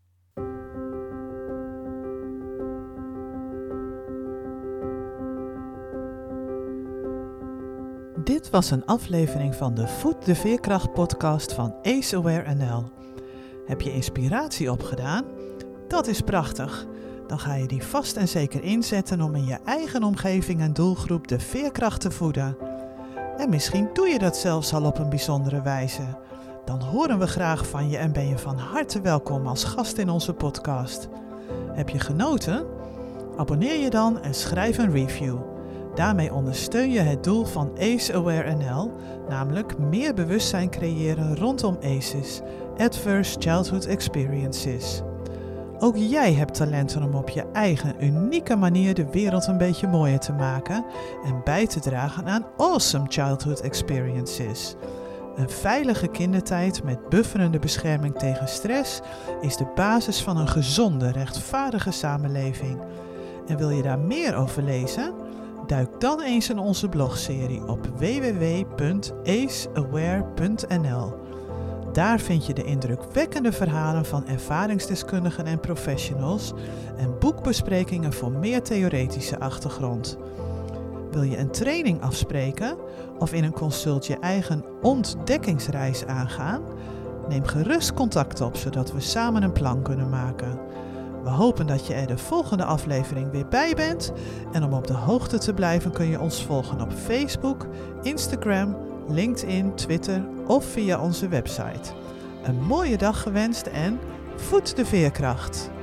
Dit was een aflevering van de Voed de Veerkracht podcast van Ace Aware N L. Heb je inspiratie opgedaan? Dat is prachtig. Dan ga je die vast en zeker inzetten om in je eigen omgeving en doelgroep de veerkracht te voeden. En misschien doe je dat zelfs al op een bijzondere wijze. Dan horen we graag van je en ben je van harte welkom als gast in onze podcast. Heb je genoten? Abonneer je dan en schrijf een review. Daarmee ondersteun je het doel van Ace Aware N L, namelijk meer bewustzijn creëren rondom A C Es, Adverse Childhood Experiences. Ook jij hebt talenten om op je eigen unieke manier de wereld een beetje mooier te maken en bij te dragen aan awesome childhood experiences. Een veilige kindertijd met bufferende bescherming tegen stress is de basis van een gezonde, rechtvaardige samenleving. En wil je daar meer over lezen? Duik dan eens in onze blogserie op w w w punt ace aware punt n l. Daar vind je de indrukwekkende verhalen van ervaringsdeskundigen en professionals en boekbesprekingen voor meer theoretische achtergrond. Wil je een training afspreken of in een consult je eigen ontdekkingsreis aangaan? Neem gerust contact op, zodat we samen een plan kunnen maken. We hopen dat je er de volgende aflevering weer bij bent. En om op de hoogte te blijven kun je ons volgen op Facebook, Instagram, LinkedIn, Twitter of via onze website. Een mooie dag gewenst en voed de veerkracht!